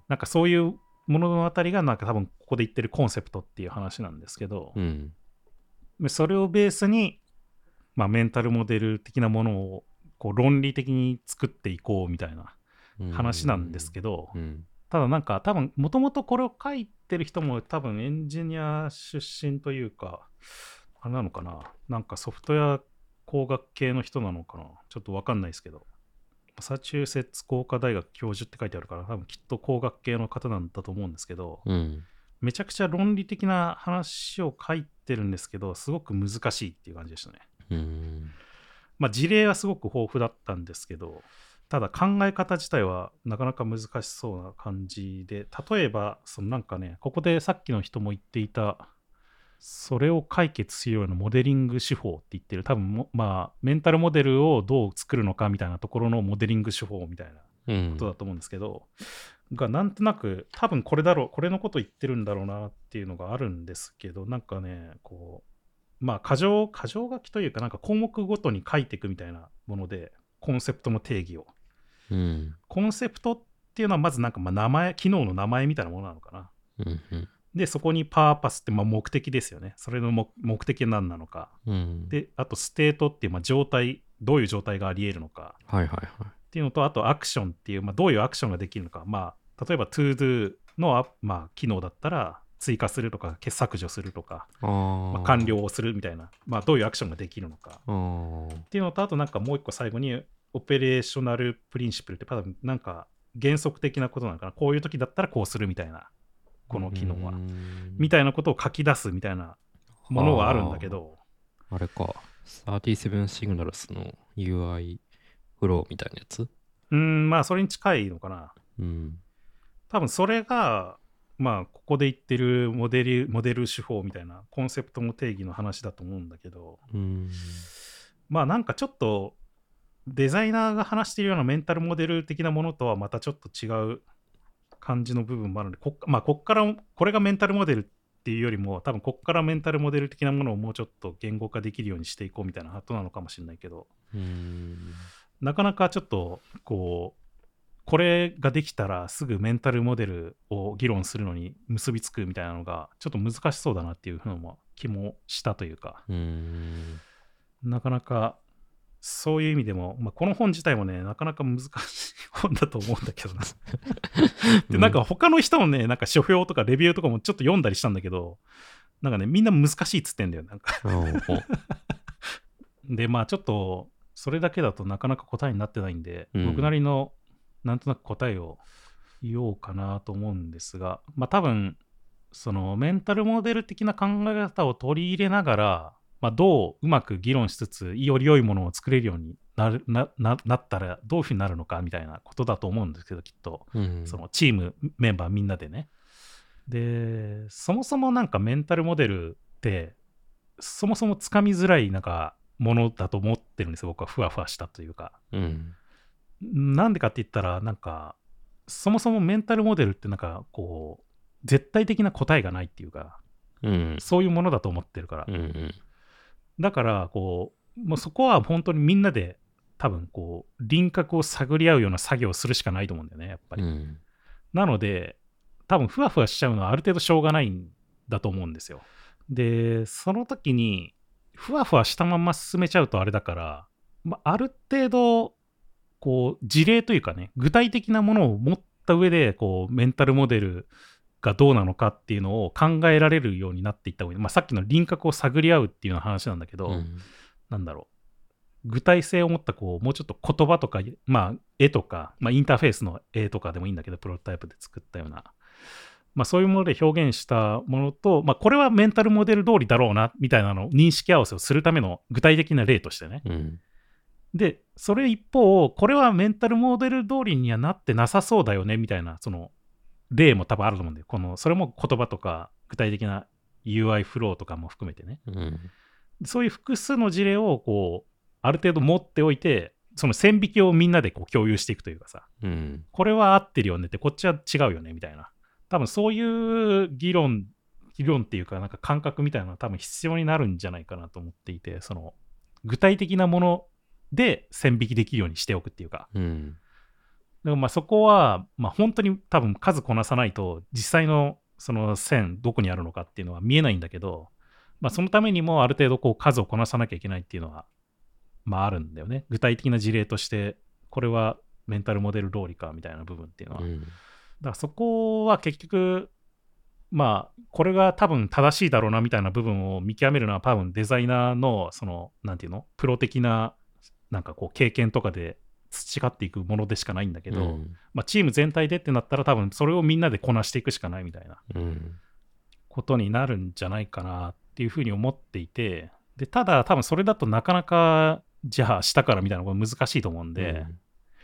なんかそういうもののあたりがなんか多分ここで言ってるコンセプトっていう話なんですけど、 うん、 それをベースに、まあ、メンタルモデル的なものをこう論理的に作っていこうみたいな話なんですけど、 うんうん、 ただなんか多分もともとこれを書いてる人も多分エンジニア出身というか、あれなのかな、なんかソフトウェア工学系の人なのかな、ちょっと分かんないですけど、マサチューセッツ工科大学教授って書いてあるから、多分きっと工学系の方なんだと思うんですけど、 うん、 めちゃくちゃ論理的な話を書いてるんですけど、すごく難しいっていう感じでしたね。 うん、 まあ事例はすごく豊富だったんですけど、ただ考え方自体はなかなか難しそうな感じで、例えばそのなんかね、ここでさっきの人も言っていた、それを解決するようなモデリング手法って言ってる、多分もまあメンタルモデルをどう作るのかみたいなところのモデリング手法みたいなことだと思うんですけど、うん、がなんとなく多分これだろう、これのこと言ってるんだろうなっていうのがあるんですけど、なんかね、こうまあ箇条箇条書きというか、なんか項目ごとに書いていくみたいなもので、コンセプトの定義を、 うん、 コンセプトっていうのはまずなんかまあ名前、機能の名前みたいなものなのかな。 うんうん、 でそこにパーパスってまあ目的ですよね。それの 目, 目的は何なのか、 うん、 であとステートっていうまあ状態、どういう状態があり得るのか、 はいはいはい、 っていうのと、あとアクションっていう、まあ、どういうアクションができるのか、まあ、例えば ToDo の、まあ、機能だったら追加するとか削除するとか、 あ、 まあ、完了をするみたいな、まあ、どういうアクションができるのかあっていうのと、あとなんかもう一個最後にオペレーショナルプリンシプルって多分なんか原則的なことなのかな、こういう時だったらこうするみたいな、この機能はみたいなことを書き出すみたいなものはあるんだけど、 あれかさんじゅうななシグナルスの ユーアイ フローみたいなやつ、 うーんまあそれに近いのかな、 うん、 多分それがまあここで言ってるモデルモデル手法みたいなコンセプトの定義の話だと思うんだけど、 うん、 まあなんかちょっとデザイナーが話しているようなメンタルモデル的なものとはまたちょっと違う感じの部分もあるので、こっ、まあ、こっからこれがメンタルモデルっていうよりも、多分こっからメンタルモデル的なものをもうちょっと言語化できるようにしていこうみたいなことなのかもしれないけど、 うん、 なかなかちょっとこうこれができたらすぐメンタルモデルを議論するのに結びつくみたいなのがちょっと難しそうだなっていうふうな気もしたというか、 うん、 なかなかそういう意味でも、まあ、この本自体もね、なかなか難しい本だと思うんだけどな。で、なんか他の人のね、なんか書評とかレビューとかもちょっと読んだりしたんだけど、なんかね、みんな難しいっつってんだよ、なんか。で、まあちょっと、それだけだとなかなか答えになってないんで、うん、僕なりのなんとなく答えを言おうかなと思うんですが、まあ多分、そのメンタルモデル的な考え方を取り入れながら、まあ、どううまく議論しつつより良いものを作れるようになる な, な, なったらどういうふうになるのかみたいなことだと思うんですけど、きっと、うん、そのチームメンバーみんなでね。でそもそもなんかメンタルモデルってそもそもつかみづらいなんかものだと思ってるんですよ、僕は。ふわふわしたというか、うん、なんでかって言ったら、なんかそもそもメンタルモデルってなんかこう絶対的な答えがないっていうか、うん、そういうものだと思ってるから、うんうん、だからこうもうそこは本当にみんなで多分こう輪郭を探り合うような作業をするしかないと思うんだよね、やっぱり、うん、なので多分ふわふわしちゃうのはある程度しょうがないんだと思うんですよ。でその時にふわふわしたまま進めちゃうとあれだから、まあ、ある程度こう事例というかね、具体的なものを持った上でこうメンタルモデルがどうなのかっていうのを考えられるようになっていった方がいい。まあ、さっきの輪郭を探り合うっていうような話なんだけど、うん、なんだろう、具体性を持ったこうもうちょっと言葉とか、まあ、絵とか、まあ、インターフェースの絵とかでもいいんだけど、プロトタイプで作ったような、まあ、そういうもので表現したものと、まあ、これはメンタルモデル通りだろうなみたいなのを認識合わせをするための具体的な例としてね、うん、でそれ一方、これはメンタルモデル通りにはなってなさそうだよねみたいなその例も多分あると思うんだよ。このそれも言葉とか具体的な ユーアイ フローとかも含めてね、うん、そういう複数の事例をこうある程度持っておいて、その線引きをみんなでこう共有していくというかさ、うん、これは合ってるよねって、こっちは違うよねみたいな、多分そういう議論議論っていうかなんか感覚みたいなのは多分必要になるんじゃないかなと思っていて、その具体的なもので線引きできるようにしておくっていうか、うん、でもまあそこはまあ本当に多分数こなさないと実際のその線どこにあるのかっていうのは見えないんだけど、まあそのためにもある程度こう数をこなさなきゃいけないっていうのはまああるんだよね。具体的な事例としてこれはメンタルモデル通りかみたいな部分っていうのは、うん、だからそこは結局まあこれが多分正しいだろうなみたいな部分を見極めるのは多分デザイナーのそのなんていうのプロ的ななんかこう経験とかで培っていくものでしかないんだけど、うん、まあ、チーム全体でってなったら多分それをみんなでこなしていくしかないみたいなことになるんじゃないかなっていうふうに思っていて、でただ多分それだとなかなかじゃあしたからみたいなこと難しいと思うんで、うん、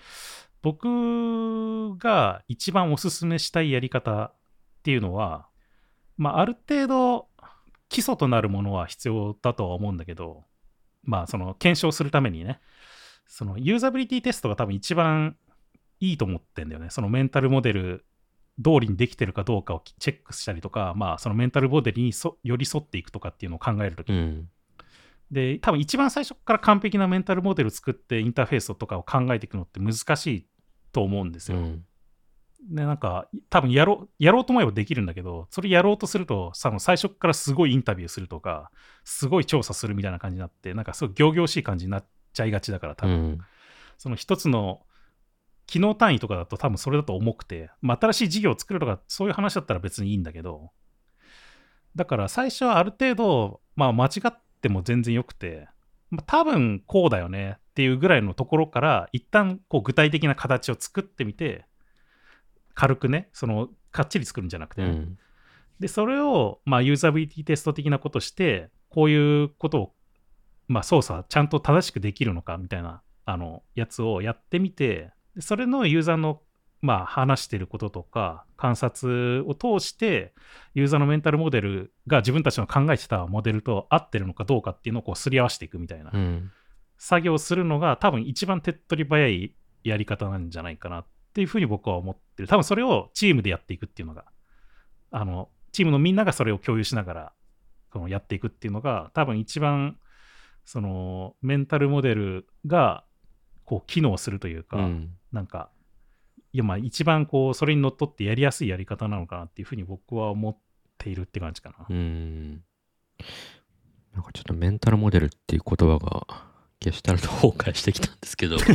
僕が一番おすすめしたいやり方っていうのは、まあ、ある程度基礎となるものは必要だとは思うんだけど、まあその検証するためにね、そのユーザビリティテストが多分一番いいと思ってんだよね。そのメンタルモデル通りにできてるかどうかをチェックしたりとか、まあそのメンタルモデルに寄り添っていくとかっていうのを考えるときに、うん、で多分一番最初から完璧なメンタルモデル作ってインターフェースとかを考えていくのって難しいと思うんですよ。うん、でなんか多分やろうやろうと思えばできるんだけど、それやろうとするとさ最初からすごいインタビューするとかすごい調査するみたいな感じになって、なんかすごい仰々しい感じになってちゃいがちだから、多分、うん、その一つの機能単位とかだと多分それだと重くて、まあ、新しい事業を作るとかそういう話だったら別にいいんだけど、だから最初はある程度、まあ、間違っても全然よくて、まあ、多分こうだよねっていうぐらいのところから一旦こう具体的な形を作ってみて、軽くね、そのかっちり作るんじゃなくて、ね、うん、でそれをまあユーザビリティテスト的なことしてこういうことをまあ、操作ちゃんと正しくできるのかみたいなあのやつをやってみて、それのユーザーのまあ話していることとか観察を通してユーザーのメンタルモデルが自分たちの考えてたモデルと合ってるのかどうかっていうのをこうすり合わせていくみたいな、うん、作業をするのが多分一番手っ取り早いやり方なんじゃないかなっていうふうに僕は思ってる。多分それをチームでやっていくっていうのが、あのチームのみんながそれを共有しながらこのやっていくっていうのが多分一番そのメンタルモデルがこう機能するというか、うん、なんかいやまあ一番こうそれにのっとってやりやすいやり方なのかなっていうふうに僕は思っているって感じかな。 うん、なんかちょっとメンタルモデルっていう言葉がゲシュタルト崩壊してきたんですけど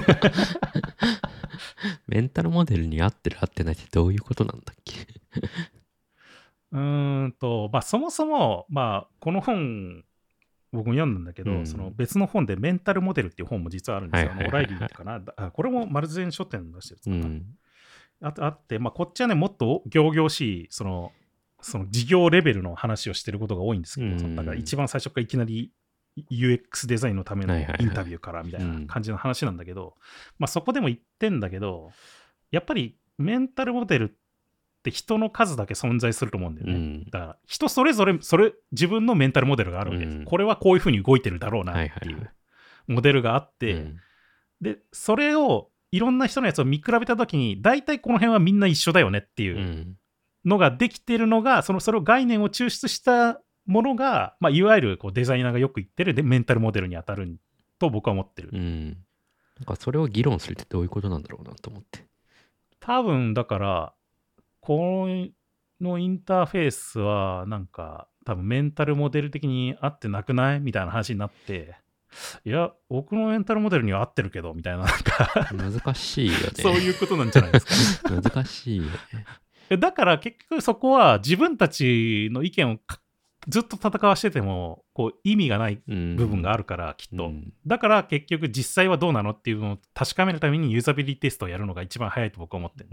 メンタルモデルに合ってる合ってないってどういうことなんだっけうーんと、まあそもそも、まあこの本、僕も読んだんだけど、うん、その別の本でメンタルモデルっていう本も実はあるんですよ。オライリーってかな。あ、これも丸善書店出してるやつかな。うん、あ, あって、まあこっちはね、もっと仰々しい、その、その事業レベルの話をしてることが多いんですけど、うん、だから一番最初からいきなり ユーエックス デザインのためのインタビューからみたいな感じの話なんだけど、まあそこでも言ってんだけど、やっぱりメンタルモデルって人の数だけ存在すると思うんだよね。うん、だから人それぞれそれ自分のメンタルモデルがあるわけです。うん、これはこういうふうに動いてるだろうなっていうモデルがあって、はいはいはい、でそれをいろんな人のやつを見比べたときに大体この辺はみんな一緒だよねっていうのができてるのが、そのそれを概念を抽出したものが、まあ、いわゆるこうデザイナーがよく言ってるでメンタルモデルに当たると僕は思ってる。 うん、なんかそれを議論するってどういうことなんだろうなと思って。 多分だからこのインターフェースはなんか多分メンタルモデル的に合ってなくないみたいな話になって、いや僕のメンタルモデルには合ってるけどみたいな、なんか難しいよねそういうことなんじゃないですか難しいよね。 だから結局そこは自分たちの意見をずっと戦わしててもこう意味がない部分があるから、うん、きっと、うん、だから結局実際はどうなのっていうのを確かめるためにユーザビリティテストをやるのが一番早いと僕は思ってる。 うん、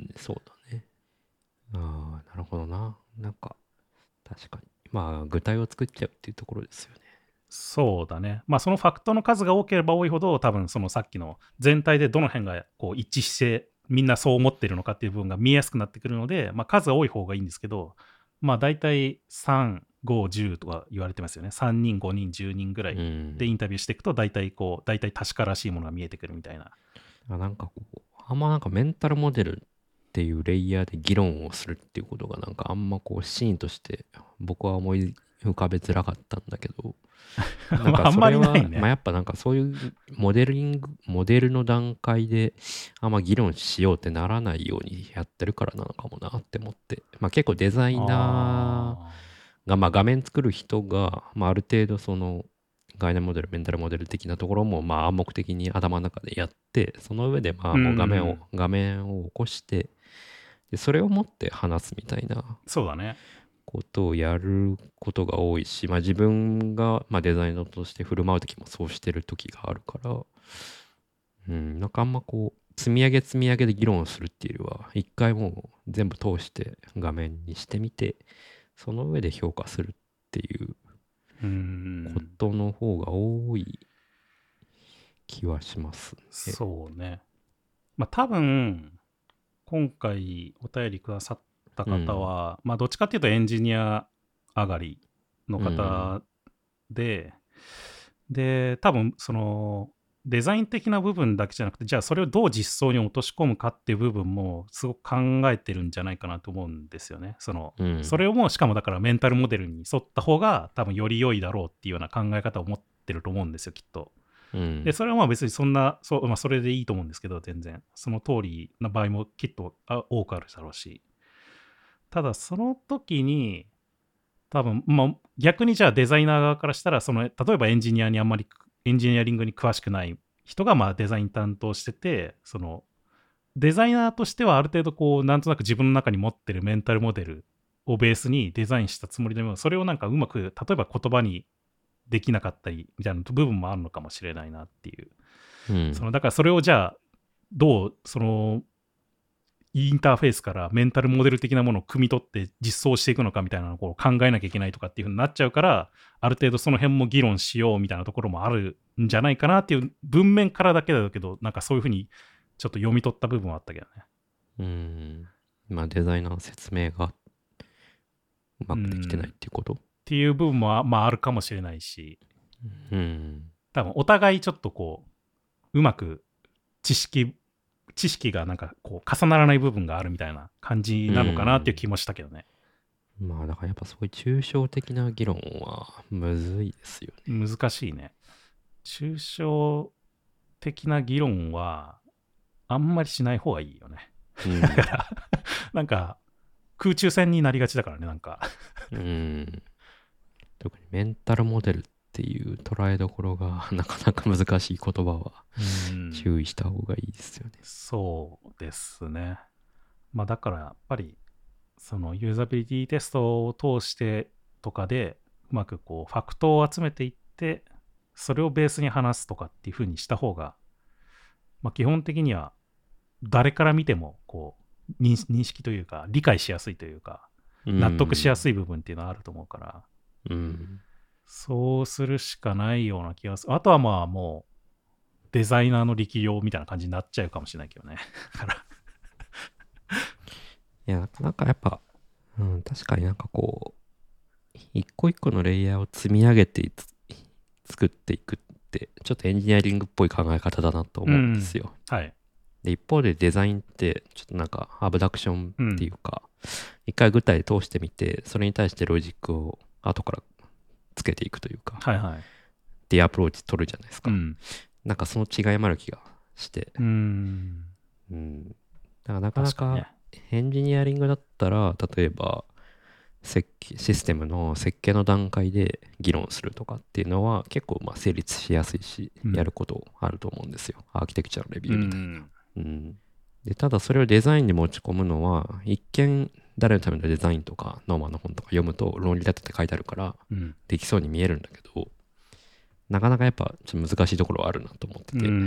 そうだね。ああ、なるほどな。なんか確かにまあ具体を作っちゃうっていうところですよね。 そうだね。まあそのファクトの数が多ければ多いほど多分そのさっきの全体でどの辺がこう一致してみんなそう思ってるのかっていう部分が見えやすくなってくるので、まあ、数が多い方がいいんですけど、まあ大体さん、ご、じゅうとか言われてますよね。さんにん、ごにん、じゅうにんぐらいでインタビューしていくと大体こう大体確からしいものが見えてくるみたいな。 あ、なんかこうあんまなんかメンタルモデルっていうレイヤーで議論をするっていうことがなんかあんまこうシーンとして僕は思い浮かべづらかったんだけどなんかそれはまあやっぱなんかそういうモデリングモデルの段階であんま議論しようってならないようにやってるからなのかもなって思って、まあ結構デザイナーがまあ画面作る人がまあある程度その概念モデルメンタルモデル的なところもまあ暗黙的に頭の中でやって、その上でまあもう画面を画面を起こしてでそれを持って話すみたいなそうだねことをやることが多いし、まあ、自分がまあデザイナーとして振る舞う時もそうしてる時があるから、うん、なんかあんまこう積み上げ積み上げで議論をするっていうよりは一回もう全部通して画面にしてみてその上で評価するっていうことの方が多い気はしますね。 そうね。まあ多分今回お便りくださった方は、うん、まあどっちかっていうとエンジニア上がりの方で、うん、で多分そのデザイン的な部分だけじゃなくて、じゃあそれをどう実装に落とし込むかっていう部分もすごく考えてるんじゃないかなと思うんですよね。その、うん、それをもうしかもだからメンタルモデルに沿った方が多分より良いだろうっていうような考え方を持ってると思うんですよきっと。うん、でそれはまあ別にそんなそう、まあ、それでいいと思うんですけど、全然その通りな場合もきっと多くあるだろうし、ただその時に多分、まあ、逆にじゃあデザイナー側からしたらその例えばエンジニアにあんまりエンジニアリングに詳しくない人がまあデザイン担当してて、そのデザイナーとしてはある程度こうなんとなく自分の中に持ってるメンタルモデルをベースにデザインしたつもりでも、それをなんかうまく例えば言葉にできなかったりみたいな部分もあるのかもしれないなっていう、うん、そのだからそれをじゃあどうそのインターフェースからメンタルモデル的なものを汲み取って実装していくのかみたいなのをこう考えなきゃいけないとかっていう風になっちゃうから、ある程度その辺も議論しようみたいなところもあるんじゃないかなっていう文面からだけだけど、なんかそういう風にちょっと読み取った部分はあったけどね。 うーん、まあデザイナーの説明がうまくできてないっていうこと、 っていう部分も、まあ、あるかもしれないし、 うん、 多分お互いちょっとこううまく知識知識がなんかこう重ならない部分があるみたいな感じなのかなっていう気もしたけどね。 うん、まあだからやっぱそういう抽象的な議論はむずいですよね。 難しいね。抽象的な議論はあんまりしない方がいいよね。うん、だからなんか空中戦になりがちだからね、なんかうん。特にメンタルモデルっっていう捉えどころがなかなか難しい言葉は注意した方がいいですよね。 そうですね。まあだからやっぱりそのユーザビリティテストを通してとかでうまくこうファクトを集めていってそれをベースに話すとかっていう風にした方が、まあ、基本的には誰から見てもこう認識というか理解しやすいというか納得しやすい部分っていうのはあると思うから、 うん、 そうするしかないような気がする。あとはまあもうデザイナーの力量みたいな感じになっちゃうかもしれないけどね。からいや、なんかやっぱ、うん、確かになんかこう、一個一個のレイヤーを積み上げて作っていくって、ちょっとエンジニアリングっぽい考え方だなと思うんですよ。 うん、はい。 で、一方でデザインって、ちょっとなんかアブダクションっていうか、うん、一回具体で通してみて、それに対してロジックを後からつけていくというか、 はいはい。 っていうアプローチ取るじゃないですか。 うん、 なんかその違いもある気がして。 うん。 うん。だからなかなかエンジニアリングだったら、例えば、設計システムの設計の段階で議論するとかっていうのは結構まあ成立しやすいし、うん、やることあると思うんですよ。アーキテクチャのレビューみたいな。うんうん、でただそれをデザインに持ち込むのは一見誰のためのデザインとかノーマンの本とか読むと論理立てて書いてあるから、うん、できそうに見えるんだけどなかなかやっぱちょっと難しいところはあるなと思ってて、うん、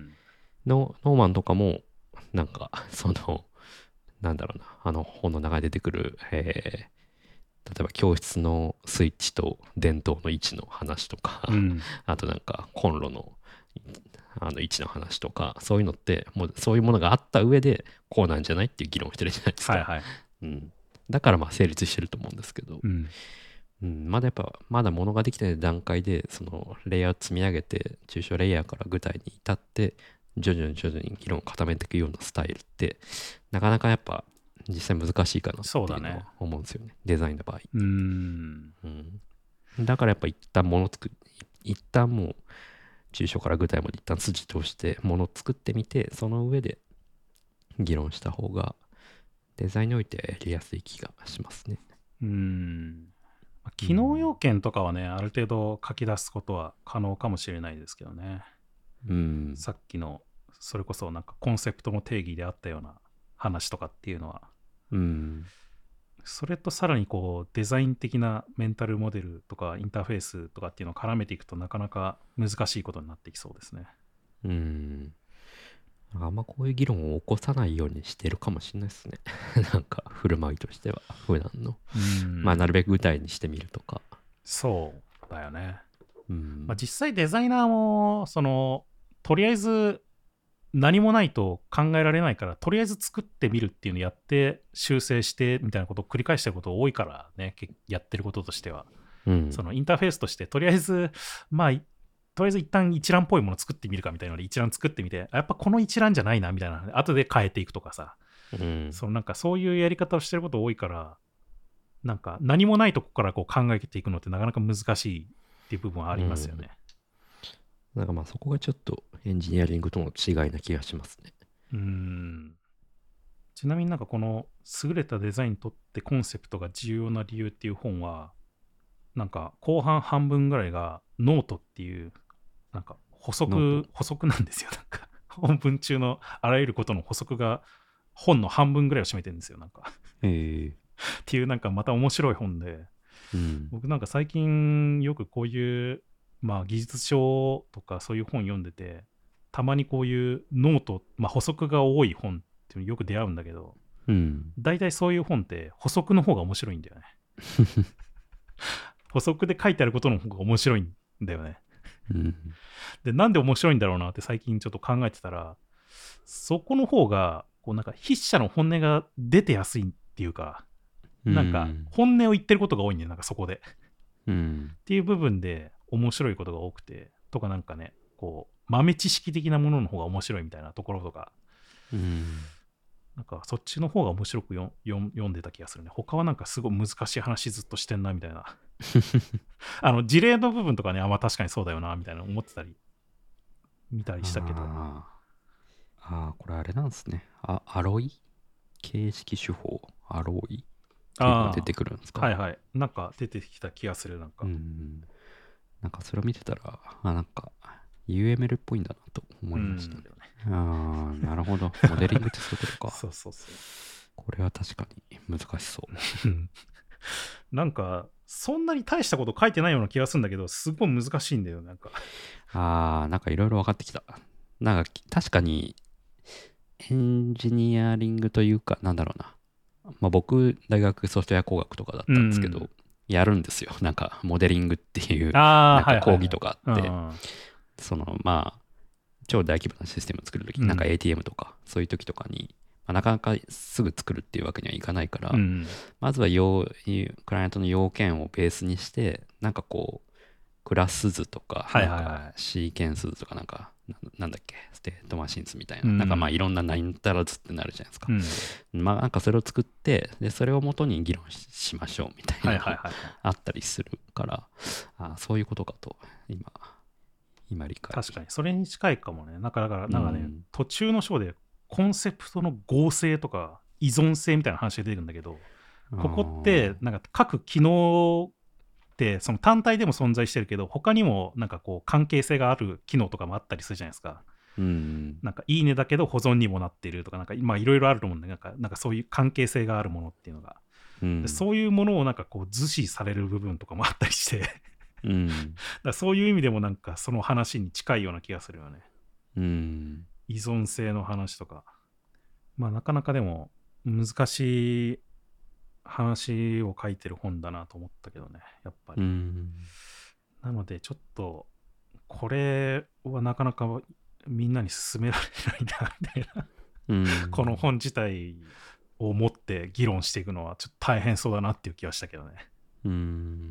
ノ, ノーマンとかもなんかそのなんだろうなあの本の中で出てくる、えー例えば教室のスイッチと電灯の位置の話とか、うん、あとなんかコンロのあの位置の話とかそういうのってもうそういうものがあった上でこうなんじゃないっていう議論をしてるじゃないですか、はいはいうん、だからまあ成立してると思うんですけど、うんうん、まだやっぱまだ物ができてない段階でそのレイヤーを積み上げて抽象レイヤーから具体に至って徐々に徐々に議論を固めていくようなスタイルってなかなかやっぱ実際難しいかなっていうのは思うんですよ ね, ねデザインの場合うーん、うん、だからやっぱ一旦物作一旦もう抽象から具体まで一旦筋通して物を作ってみてその上で議論した方がデザインにおいてやりやすい気がしますねうーん機能要件とかはね、うん、ある程度書き出すことは可能かもしれないですけどね、うん、さっきのそれこそなんかコンセプトの定義であったような話とかっていうのはうん、それとさらにこうデザイン的なメンタルモデルとかインターフェースとかっていうのを絡めていくとなかなか難しいことになってきそうですね。 うん。あんまこういう議論を起こさないようにしてるかもしれないですね。なんか振る舞いとしては普段の。うんまあなるべく具体にしてみるとか。 そうだよね。うんまあ、実際デザイナーもそのとりあえず何もないと考えられないからとりあえず作ってみるっていうのをやって修正してみたいなことを繰り返してること多いからねやってることとしては、うん、そのインターフェースとしてとりあえずまあとりあえず一旦一覧っぽいものを作ってみるかみたいなので一覧作ってみてやっぱこの一覧じゃないなみたいな後で変えていくとかさ、うん、そのなんかそういうやり方をしてること多いからなんか何もないとこからこう考えていくのってなかなか難しいっていう部分はありますよね、 うん、なんかまあそこがちょっとエンジニアリングとの違いな気がしますね。 うーんちなみになんかこの優れたデザインにとってコンセプトが重要な理由っていう本はなんか後半半分ぐらいがノートっていうなんか補足補足なんですよ。なんか本文中のあらゆることの補足が本の半分ぐらいを占めてるんですよ。なんかへーっていうなんかまた面白い本で、うん、僕なんか最近よくこういうまあ技術書とかそういう本読んでてたまにこういうノート、まあ、補足が多い本っていうのよく出会うんだけど、うん、大体そういう本って補足の方が面白いんだよね。補足で書いてあることの方が面白いんだよね。うん、でなんで面白いんだろうなって最近ちょっと考えてたらそこの方がこうなんか筆者の本音が出てやすいっていうか、うん、なんか本音を言ってることが多いんだよなんかそこで、うん、っていう部分で面白いことが多くてとかなんかねこう豆知識的なものの方が面白いみたいなところとか、うん、なんかそっちの方が面白くよ読んでた気がするね。他はなんかすごい難しい話ずっとしてんなみたいなあの事例の部分とかねあんま確かにそうだよなみたいな思ってたり見たりしたけどああこれあれなんですねあアロイ形式手法アロイっていうのが出てくるんですか。 はいはいなんか出てきた気がするなんか、うんなんかそれを見てたら、あ、なんか ユーエムエル っぽいんだなと思いましたね。うん、ああ、なるほど。モデリングってそういうことか。 そうそうそう。 これは確かに難しそう。 なんか、そんなに大したこと書いてないような気がするんだけど、すごい難しいんだよ、なんか。 ああ、なんかいろいろ分かってきた。なんか確かに、エンジニアリングというか、なんだろうな。まあ、僕、大学ソフトウェア工学とかだったんですけど、うん、やるんですよ。なんか、モデリングっていう、なんか講義とかあって、その、まあ、超大規模なシステムを作るとき、うん、なんか エーティーエム とか、そういうときとかに、まあ、なかなかすぐ作るっていうわけにはいかないから、うん、まずは要クライアントの要件をベースにして、なんかこう、クラス図とか、なんかシーケンス図とか、なんか、なんだっけ、ステートマシン図みたいな、うん、なんかまあいろんな何たら図ってなるじゃないですか。うん、まあなんかそれを作って で、それをもとに議論 し, しましょうみたいなのがあったりするから、ああそういうことかと、今、今理解。 確かに、それに近いかもね。なんか、だから、なんかね、うん、途中の章でコンセプトの合成とか依存性みたいな話が出てくるんだけど、ここって、なんか各機能ってその単体でも存在してるけど、他にもなんかこう関係性がある機能とかもあったりするじゃないですか。うん、なんかいいねだけど保存にもなっているとか、なんかまあいろいろあると思うんで、なんかなんかそういう関係性があるものっていうのが、うん、そういうものをなんかこう図示される部分とかもあったりしてうん、だからそういう意味でもなんかその話に近いような気がするよね。うん、依存性の話とか、まあなかなかでも難しい話を書いてる本だなと思ったけどね、やっぱり。うん、なのでちょっとこれはなかなかみんなに勧められないなみたいな、うん、この本自体を持って議論していくのはちょっと大変そうだなっていう気はしたけどね。うん、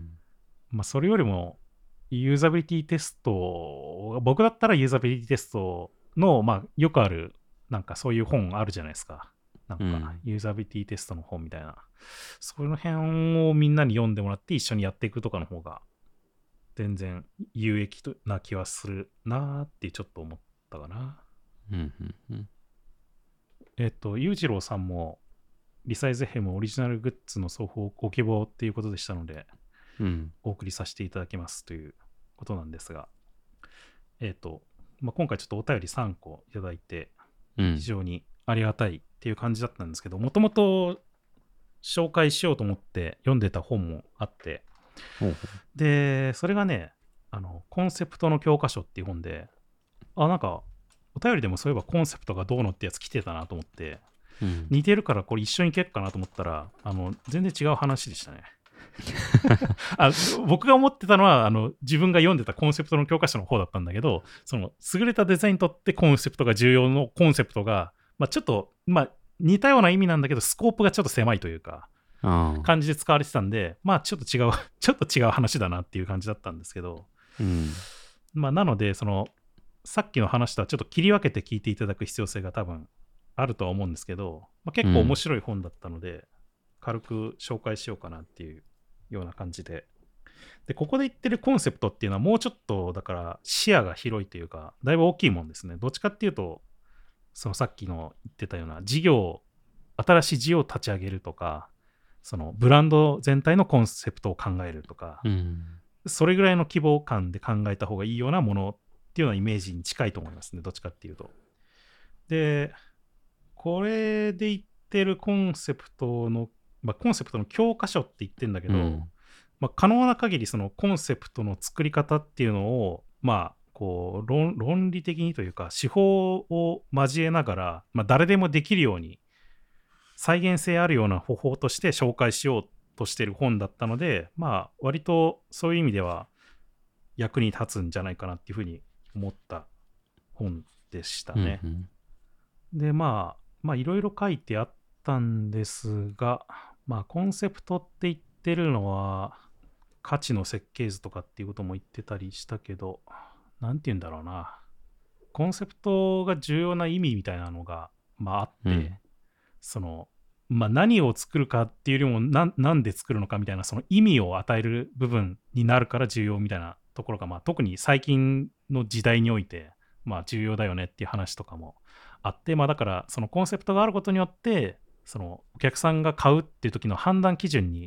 まあそれよりもユーザビリティテスト、僕だったらユーザビリティテストのまあよくあるなんかそういう本あるじゃないですか。なんかユーザビリティテストの本みたいな、うん、その辺をみんなに読んでもらって一緒にやっていくとかの方が全然有益な気はするなーってちょっと思ったかな。うんうんうん、えっと裕次郎さんもリサイズヘムオリジナルグッズの送付をご希望っていうことでしたので、うん、お送りさせていただきますということなんですが、えっと、まあ、今回ちょっとお便りさんこいただいて非常にありがたいっていう感じだったんですけど、もともと紹介しようと思って読んでた本もあって、ほうほう、でそれがね、あのコンセプトの教科書っていう本で、あ、なんかお便りでもそういえばコンセプトがどうのってやつ来てたなと思って、うん、似てるからこれ一緒にいけっかなと思ったら、あの全然違う話でしたね。あ、僕が思ってたのはあの自分が読んでたコンセプトの教科書の方だったんだけど、その優れたデザインにとってコンセプトが重要のコンセプトが、まあ、ちょっと、まあ、似たような意味なんだけどスコープがちょっと狭いというか感じで使われてたんで、まあちょっと違うちょっと違う話だなっていう感じだったんですけど、うん、まあなのでそのさっきの話とはちょっと切り分けて聞いていただく必要性が多分あるとは思うんですけど、まあ、結構面白い本だったので、うん、軽く紹介しようかなっていうような感じで、でここで言ってるコンセプトっていうのはもうちょっとだから視野が広いというかだいぶ大きいもんですね。どっちかっていうとそのさっきの言ってたような事業、新しい事業を立ち上げるとか、そのブランド全体のコンセプトを考えるとか、うん、それぐらいの規模感で考えた方がいいようなものっていうようなイメージに近いと思いますね、どっちかっていうと。でこれで言ってるコンセプトの、まあ、コンセプトの教科書って言ってるんだけど、うん、まあ、可能な限りそのコンセプトの作り方っていうのをまあこう 論, 論理的にというか手法を交えながら、まあ、誰でもできるように再現性あるような方法として紹介しようとしている本だったので、まあ割とそういう意味では役に立つんじゃないかなっていうふうに思った本でしたね。うんうん、でまあまあいろいろ書いてあったんですが、まあコンセプトって言ってるのは価値の設計図とかっていうことも言ってたりしたけど、なんて言うんだろうな、コンセプトが重要な意味みたいなのが、まあ、あって、うん、その、まあ、何を作るかっていうよりもな、なんで作るのかみたいなその意味を与える部分になるから重要みたいなところが、まあ、特に最近の時代において、まあ、重要だよねっていう話とかもあって、まあ、だからそのコンセプトがあることによってそのお客さんが買うっていう時の判断基準に、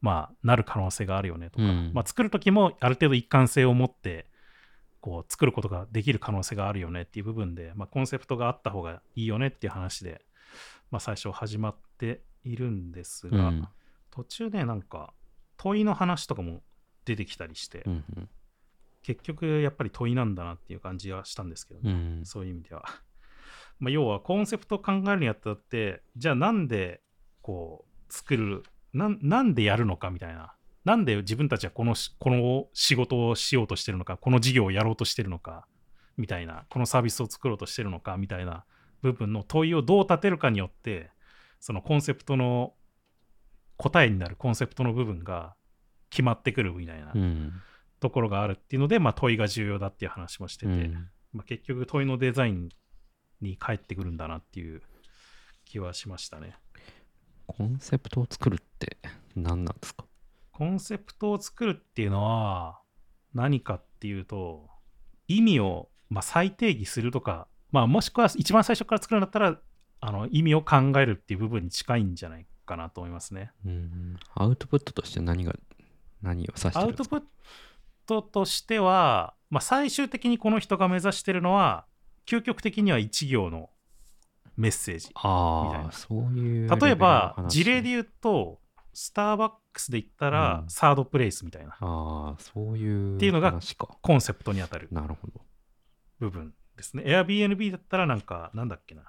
まあなる可能性があるよねとか、 うんまあ、作る時もある程度一貫性を持ってこう作ることができる可能性があるよねっていう部分で、まあ、コンセプトがあった方がいいよねっていう話で、まあ、最初始まっているんですが、 うん、 途中でなんか問いの話とかも出てきたりして、 うん、 結局やっぱり問いなんだなっていう感じはしたんですけどね、 うん、 そういう意味では。まあ要はコンセプトを考えるにあたって、じゃあなんでこう作るな、なんでやるのかみたいな、なんで自分たちはこのこの仕事をしようとしてるのか、この事業をやろうとしてるのかみたいな、このサービスを作ろうとしてるのかみたいな部分の問いをどう立てるかによって、そのコンセプトの答えになるコンセプトの部分が決まってくるみたいなところがあるっていうので、まあ、問いが重要だっていう話もしてて、 うんまあ、結局問いのデザインに返ってくるんだなっていう気はしましたね。 コンセプトを作るって何なんですか？ コンセプトを作るっていうのは何かっていうと、意味をまあ再定義するとか、まあ、もしくは一番最初から作るんだったらあの意味を考えるっていう部分に近いんじゃないかなと思いますね。 うん、アウトプットとして何が何を指してるんですか？ アウトプットとしては、まあ、最終的にこの人が目指してるのは究極的には一行のメッセージみたいな。 ああ、そういうレベルの話。 例えば事例で言うとスターバックスで言ったら、うん、サードプレイスみたいな、 ああ、そういうっていうのがコンセプトに当たるなるほど部分ですね。Airbnb だったらなんかなんだっけな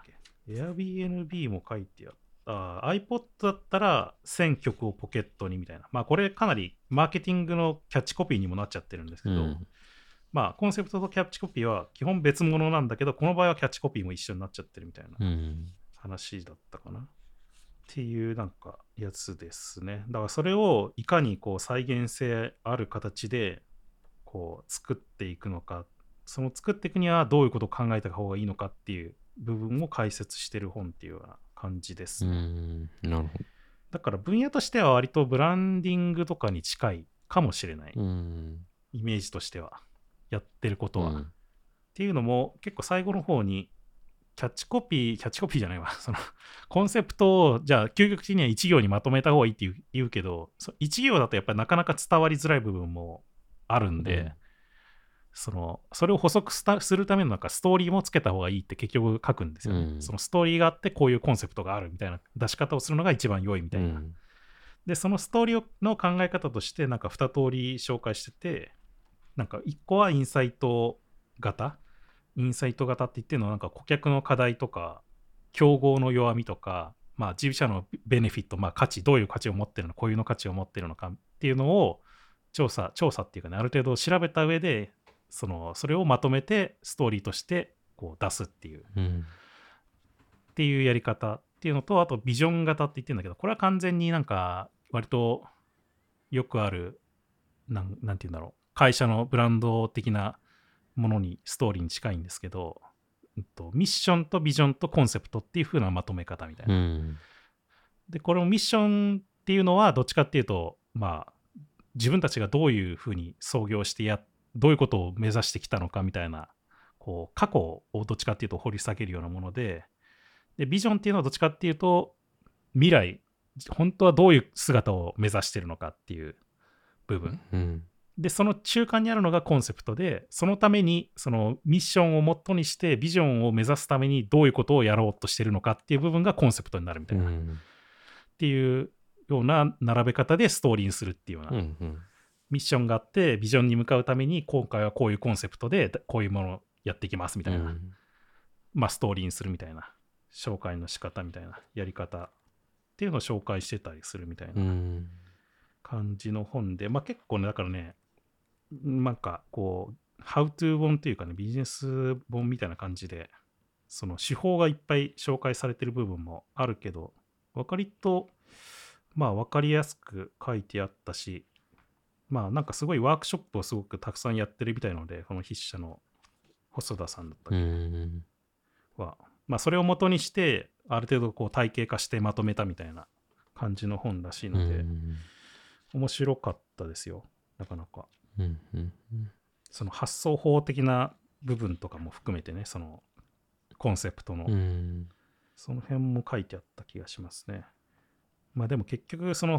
Airbnb も書いてあった。iPod だったらせんきょくをポケットにみたいな。まあこれかなりマーケティングのキャッチコピーにもなっちゃってるんですけど、うん、まあコンセプトとキャッチコピーは基本別物なんだけど、この場合はキャッチコピーも一緒になっちゃってるみたいな話だったかな、うん、っていうなんかやつですね。だからそれをいかにこう再現性ある形でこう作っていくのか、その作っていくにはどういうことを考えた方がいいのかっていう部分を解説してる本っていうような感じですね。 うん、なるほど。 だから分野としては割とブランディングとかに近いかもしれない、 うん、 イメージとしてはやってることは、 うん、 っていうのも結構最後の方にキャッチコピーキャッチコピーじゃないわそのコンセプトをじゃあ究極的には一行にまとめた方がいいって言う、言うけど、一行だとやっぱりなかなか伝わりづらい部分もあるんで、うん、そのそれを補足するためのなんかストーリーもつけた方がいいって結局書くんですよね、うん、そのストーリーがあってこういうコンセプトがあるみたいな出し方をするのが一番良いみたいな、うん、でそのストーリーの考え方としてなんかに通り紹介してて、なんかいっこはインサイト型インサイト型って言ってるのはなんか顧客の課題とか競合の弱みとか、まあ、自社のベネフィット、まあ、価値どういう価値を持ってるのか固有の価値を持ってるのかっていうのを調査調査っていうかね、ある程度調べた上でそのそれをまとめてストーリーとしてこう出すっていう、うん、っていうやり方っていうのと、あとビジョン型って言ってるんだけど、これは完全になんか割とよくあるなん、なんて言うんだろう、会社のブランド的なものにストーリーに近いんですけど、うん、とミッションとビジョンとコンセプトっていう風なまとめ方みたいな、うん、でこれもミッションっていうのはどっちかっていうと、まあ自分たちがどういう風に創業してやどういうことを目指してきたのかみたいな、こう過去をどっちかっていうと掘り下げるようなもので、でビジョンっていうのはどっちかっていうと未来本当はどういう姿を目指してるのかっていう部分、うん、でその中間にあるのがコンセプトで、そのためにそのミッションをもとにしてビジョンを目指すためにどういうことをやろうとしてるのかっていう部分がコンセプトになるみたいな、うん、っていうような並べ方でストーリーにするっていうような、うんうん、ミッションがあってビジョンに向かうために今回はこういうコンセプトでこういうものをやっていきますみたいな、うん、まあストーリーにするみたいな紹介の仕方みたいなやり方っていうのを紹介してたりするみたいな感じの本で、まあ結構ねだからねなんかこう How to 本っていうかね、ビジネス本みたいな感じでその手法がいっぱい紹介されてる部分もあるけど、割とまあ分かりやすく書いてあったし、まあなんかすごいワークショップをすごくたくさんやってるみたいので、この筆者の細田さんだったっけは、まあそれを元にしてある程度こう体系化してまとめたみたいな感じの本らしいので、面白かったですよ、なかなか。うんうんうん、その発想法的な部分とかも含めてね、そのコンセプトの、うん、その辺も書いてあった気がしますね。まあでも結局その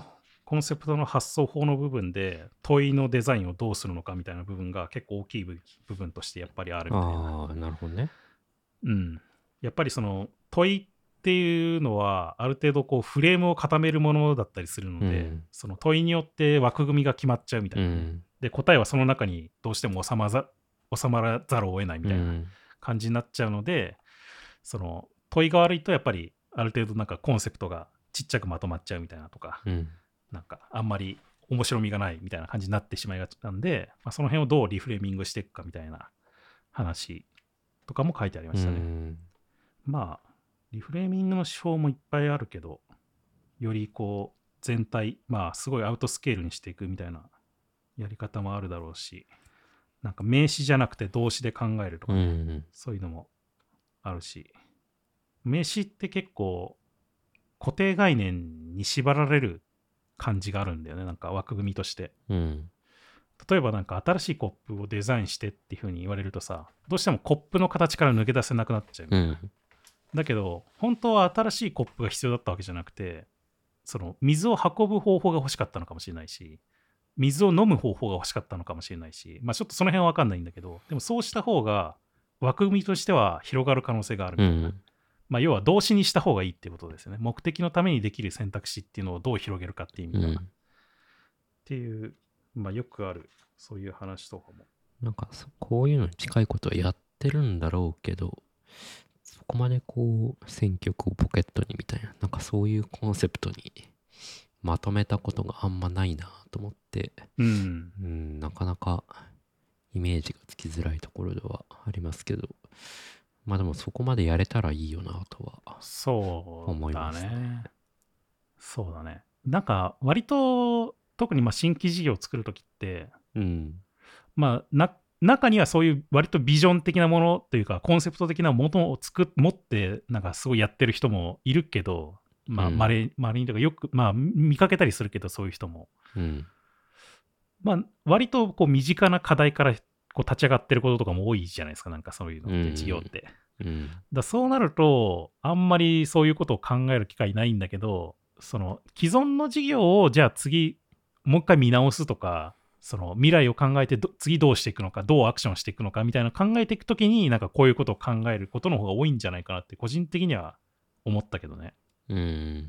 コンセプトの発想法の部分で問いのデザインをどうするのかみたいな部分が結構大きい部分としてやっぱりあるみたいな。 ああ、なるほどね。 うん。やっぱりその問いっていうのはある程度こうフレームを固めるものだったりするので、うん、その問いによって枠組みが決まっちゃうみたいな、ね、うん、で答えはその中にどうしても収まざ、収まらざるを得ないみたいな感じになっちゃうので、うん、その問いが悪いとやっぱりある程度なんかコンセプトがちっちゃくまとまっちゃうみたいなとか、うん、なんかあんまり面白みがないみたいな感じになってしまいがちなんで、まあ、その辺をどうリフレーミングしていくかみたいな話とかも書いてありましたね。うん、まあリフレーミングの手法もいっぱいあるけど、よりこう全体、まあすごいアウトスケールにしていくみたいなやり方もあるだろうし、なんか名詞じゃなくて動詞で考えるとかね、うんうん、そういうのもあるし、名詞って結構固定概念に縛られる感じがあるんだよね、なんか枠組みとして。うん、例えばなんか新しいコップをデザインしてっていう風に言われるとさ、どうしてもコップの形から抜け出せなくなっちゃうみたいな。うん、だけど本当は新しいコップが必要だったわけじゃなくて、その水を運ぶ方法が欲しかったのかもしれないし、水を飲む方法が欲しかったのかもしれないし、まあちょっとその辺は分かんないんだけど、でもそうした方が枠組みとしては広がる可能性があるみたいな、うん、まあ要は動詞にした方がいいっていうことですよね。目的のためにできる選択肢っていうのをどう広げるかっていう意味では、うん、っていう、まあよくあるそういう話とかも、 なんかこういうのに近いことはやってるんだろうけど、そこまでこう選曲をポケットにみたいな、なんかそういうコンセプトにまとめたことがあんまないなと思って、うん、うん、なかなかイメージがつきづらいところではありますけど、まあでもそこまでやれたらいいよなとは思いますね。 そうだね。そうだね。なんか割と特にまあ新規事業を作るときって、うん、まあな中にはそういう割とビジョン的なものというかコンセプト的なものを作っ持ってなんかすごいやってる人もいるけど、まあまれまれにとかよくまあ見かけたりするけど、そういう人も、うん、まあ割とこう身近な課題からこう立ち上がってることとかも多いじゃないですか、なんかそういうのって事業って、うんうん、だそうなるとあんまりそういうことを考える機会ないんだけど、その既存の事業をじゃあ次もう一回見直すとか、その未来を考えてど次どうしていくのか、どうアクションしていくのかみたいな考えていくときに、なんかこういうことを考えることの方が多いんじゃないかなって個人的には思ったけどね。 うん。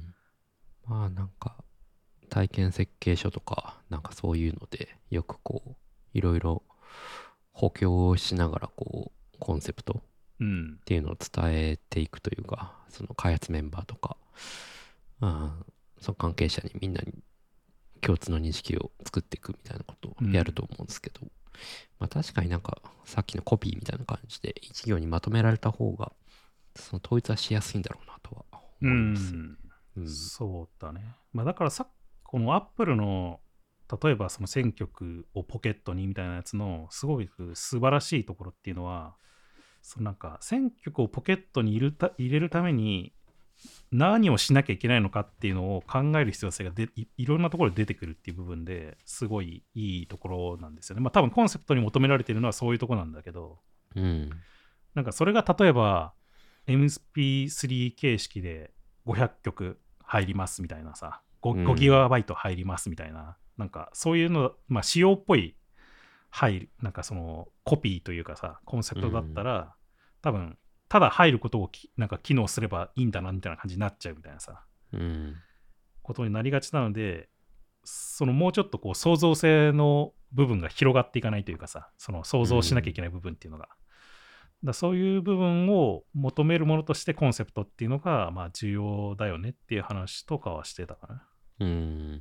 まあなんか体験設計書とかなんかそういうのでよくこういろいろ補強しながらこうコンセプトっていうのを伝えていくというか、うん、その開発メンバーとか、あその関係者にみんなに共通の認識を作っていくみたいなことをやると思うんですけど、うん、まあ確かになんかさっきのコピーみたいな感じで一行にまとめられた方がその統一はしやすいんだろうなとは思います。うんうん、そうだね。まあだからさこのアップルの例えばその選曲をポケットにみたいなやつのすごい素晴らしいところっていうのは、そのなんか選曲をポケットに入れた入れるために何をしなきゃいけないのかっていうのを考える必要性がで い, いろんなところで出てくるっていう部分ですごいいいところなんですよね。まあ多分コンセプトに求められているのはそういうところなんだけど、うん、なんかそれが例えば エムピースリー 形式でごひゃくきょく入りますみたいなさ、 5, 5ギガバイト入りますみたいな、なんかそういうの、まあ仕様っぽい入るなんかそのコピーというかさコンセプトだったら、うん、多分ただ入ることをなんか機能すればいいんだなみたいな感じになっちゃうみたいなさ、うん、ことになりがちなので、そのもうちょっとこう創造性の部分が広がっていかないというかさ、その想像しなきゃいけない部分っていうのが、うん、だそういう部分を求めるものとしてコンセプトっていうのがまあ重要だよねっていう話とかはしてたかな。 うん。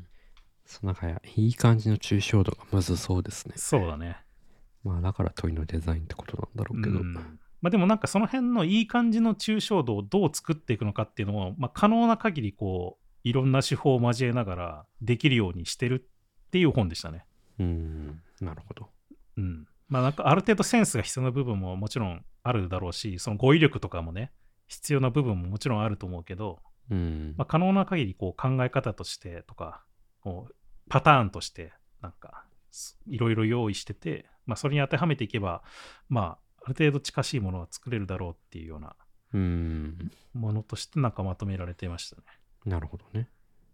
そのなんかいい感じの抽象度がむずそうですね。 そうだね。 まあだから問いのデザインってことなんだろうけど。うん、 まあ、でもなんかその辺のいい感じの抽象度をどう作っていくのかっていうのを、まあ、可能な限りこういろんな手法を交えながらできるようにしてるっていう本でしたね。 うーん、なるほど。 うん。まあなんかある程度センスが必要な部分ももちろんあるだろうし、その語彙力とかもね必要な部分ももちろんあると思うけど、うん、まあ、可能な限りこう考え方としてとかこうパターンとしてなんかいろいろ用意してて、まあ、それに当てはめていけばまあある程度近しいものは作れるだろうっていうようなものとしてなんかまとめられていましたね。 なるほどね。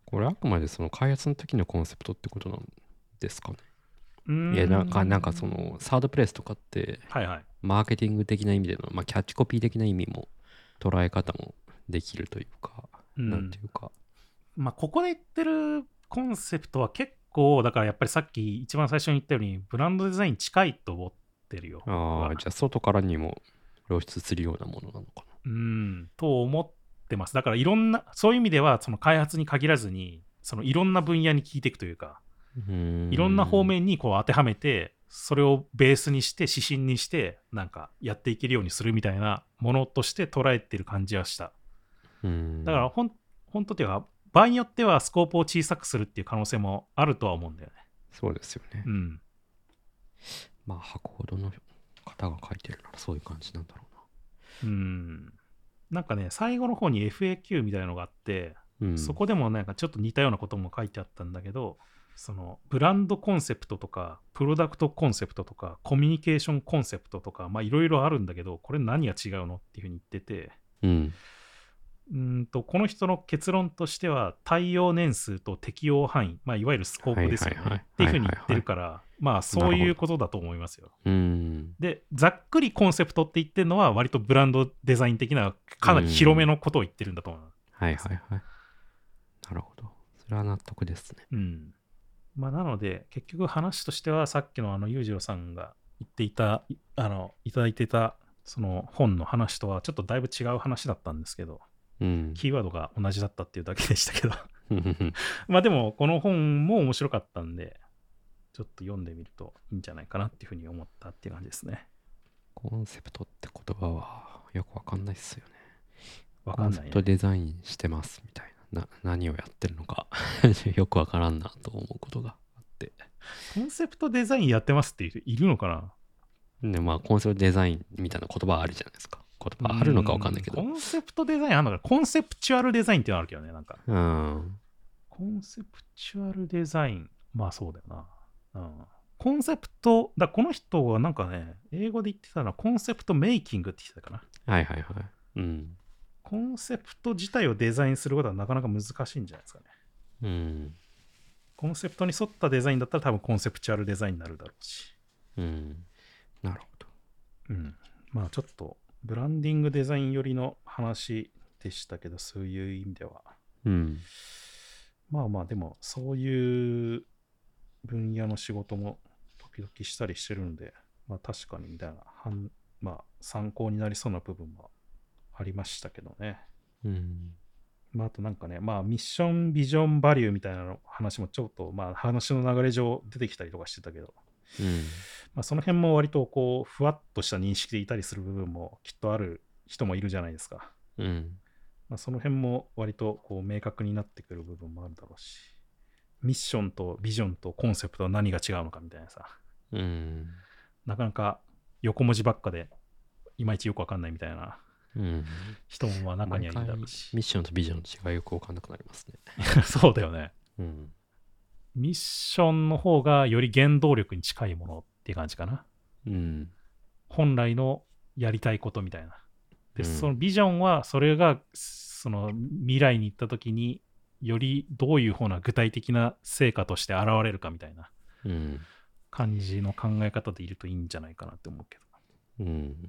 これあくまでその開発の時のコンセプトってことなんですかね。うーんいやなんかなんかそのサードプレイスとかって、 はいはい、 マーケティング的な意味での、まあ、キャッチコピー的な意味も捉え方もできるというか、うん、なんていうか。 まあここで言ってるコンセプトは結構だからやっぱりさっき一番最初に言ったようにブランドデザイン近いと思ってるよ。 ああ、じゃあ外からにも露出するようなものなのかな。 うんと思ってます。だからいろんなそういう意味ではその開発に限らずにそのいろんな分野に聞いていくというか、うーんいろんな方面にこう当てはめてそれをベースにして指針にしてなんかやっていけるようにするみたいなものとして捉えてる感じはした。 うーんだからほん本当っていうか場合によってはスコープを小さくするっていう可能性もあるとは思うんだよね。 そうですよね。 うん。 まあ箱ほどの方が書いてるならそういう感じなんだろうな。うん。なんかね最後の方に エフエーキュー みたいなのがあって、うん、そこでもなんかちょっと似たようなことも書いてあったんだけど、そのブランドコンセプトとかプロダクトコンセプトとかコミュニケーションコンセプトとかまあいろいろあるんだけど、これ何が違うのっていうふうに言ってて、うん、うんとこの人の結論としては対応年数と適用範囲、まあ、いわゆるスコープですよね、はいはいはい、っていうふうに言ってるから、はいはいはい、まあそういうことだと思いますよ。うんでざっくりコンセプトって言ってるのは割とブランドデザイン的なかなり広めのことを言ってるんだと思う。 はいはいはい。なるほど。それは納得ですね。 うんまあ、なので結局話としてはさっきのあの裕次郎さんが言っていたあのいただいていたその本の話とはちょっとだいぶ違う話だったんですけど、うん、キーワードが同じだったっていうだけでしたけどまあでもこの本も面白かったんでちょっと読んでみるといいんじゃないかなっていうふうに思ったっていう感じですね。 コンセプトって言葉はよくわかんないっすよね。 わかんないね。 コンセプトデザインしてますみたいな、な何をやってるのかよくわからんなと思うことがあって。 コンセプトデザインやってますっているのかな。 でまあコンセプトデザインみたいな言葉あるじゃないですか。言葉あるのかわかんないけど。 コンセプトデザインあるのかな。コンセプチュアルデザインっていうのあるけどね、なんか。 うん。 コンセプチュアルデザイン。まあそうだよな。うん。コンセプト、だこの人はなんかね、英語で言ってたのはコンセプトメイキングって言ってたかな。 はいはいはい。うん。 コンセプト自体をデザインすることはなかなか難しいんじゃないですかね。 うん。 コンセプトに沿ったデザインだったら多分コンセプチュアルデザインになるだろうし。 うん。なるほど。 うん。まあちょっとブランディングデザイン寄りの話でしたけど、そういう意味では。 うん。 まあまあでもそういう分野の仕事も時々したりしてるので、まあ確かにみたいな、まあ参考になりそうな部分もありましたけどね。 うん。 まああとなんかね、まあミッション、ビジョン、バリューみたいなの話もちょっとまあ話の流れ上出てきたりとかしてたけど、 うん、 まあその辺も割とこうふわっとした認識でいたりする部分もきっとある人もいるじゃないですか。 うん。 まあ、その辺も割とこう明確になってくる部分もあるだろうし、ミッションとビジョンとコンセプトは何が違うのかみたいなさ、 うん、 なかなか横文字ばっかでいまいちよくわかんないみたいな人も中にはいるだろうし、 ミッションとビジョンの違いよくわかんなくなりますね。 そうだよね、うん、ミッションの方がより原動力に近いものっていう感じかな、うん、本来のやりたいことみたいな。で、うん、そのビジョンはそれがその未来に行った時によりどういうふうな具体的な成果として現れるかみたいな感じの考え方でいるといいんじゃないかなって思うけど、うん、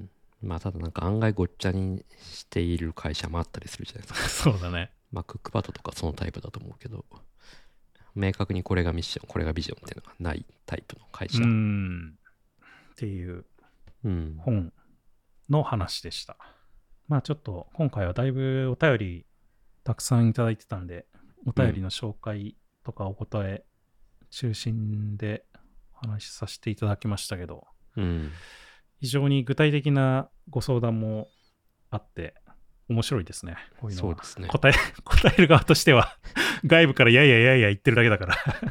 まあただなんか案外ごっちゃにしている会社もあったりするじゃないですか。 そうだね。 まあクックパッドとかそのタイプだと思うけど、明確にこれがミッションこれがビジョンっていうのがないタイプの会社うんっていう本の話でした。まあちょっと今回はだいぶお便りたくさんいただいてたんで、お便りの紹介とかお答え中心でお話しさせていただきましたけど、うん、非常に具体的なご相談もあって面白いですね。こういうのは。そうですね。答え、答える側としては外部からやいやいやいや言ってるだけだから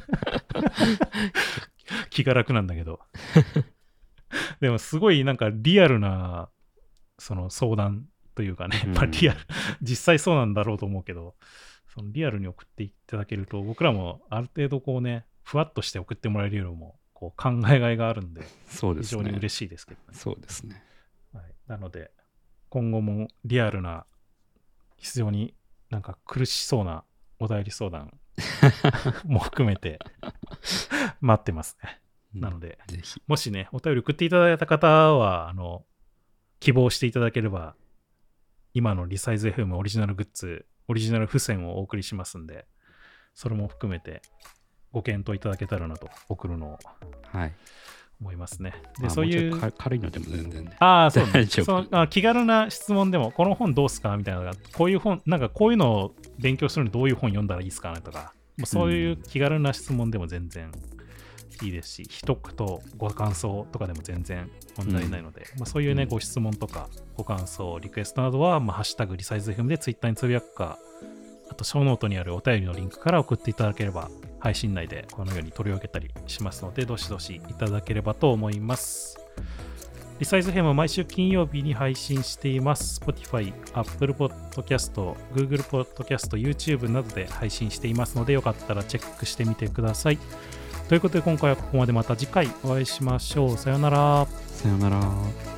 気が楽なんだけどでもすごいなんかリアルなその相談というかね、うん、まあリアル実際そうなんだろうと思うけど、そのリアルに送っていただけると僕らもある程度こうねふわっとして送ってもらえるよりもこう考えがいがあるんで、そうですね、非常に嬉しいですけどね。 そうですね、 はい、なので今後もリアルな非常になんか苦しそうなお便り相談も含めて待ってますね。なので、ぜひもしね、お便り送っていただいた方は、あの、希望していただければ、今のリサイズ エフエム オリジナルグッズ、オリジナル付箋をお送りしますんで、それも含めてご検討いただけたらなと、送るのを思いますね。はい、で、そういう。 軽いのでも全然ね。 ああ、そうね。そのあ気軽な質問でも、この本どうすかみたいなのが、こういう本、なんかこういうのを勉強するのにどういう本読んだらいいですかねとか、そういう気軽な質問でも全然いいですし、一言ご感想とかでも全然問題ないので、うんまあ、そういうね、ご質問とかご感想、リクエストなどは、まあ、ハッシュタグリサイズ エフエム でツイッターにつぶやくか、あと、ショーノートにあるお便りのリンクから送っていただければ、配信内でこのように取り上げたりしますので、どしどしいただければと思います。リサイズ エフエム は毎週金曜日に配信しています。Spotify、Apple Podcast、Google Podcast、YouTube などで配信していますので、よかったらチェックしてみてください。ということで、今回はここまで。また次回お会いしましょう。さよなら。 さよなら。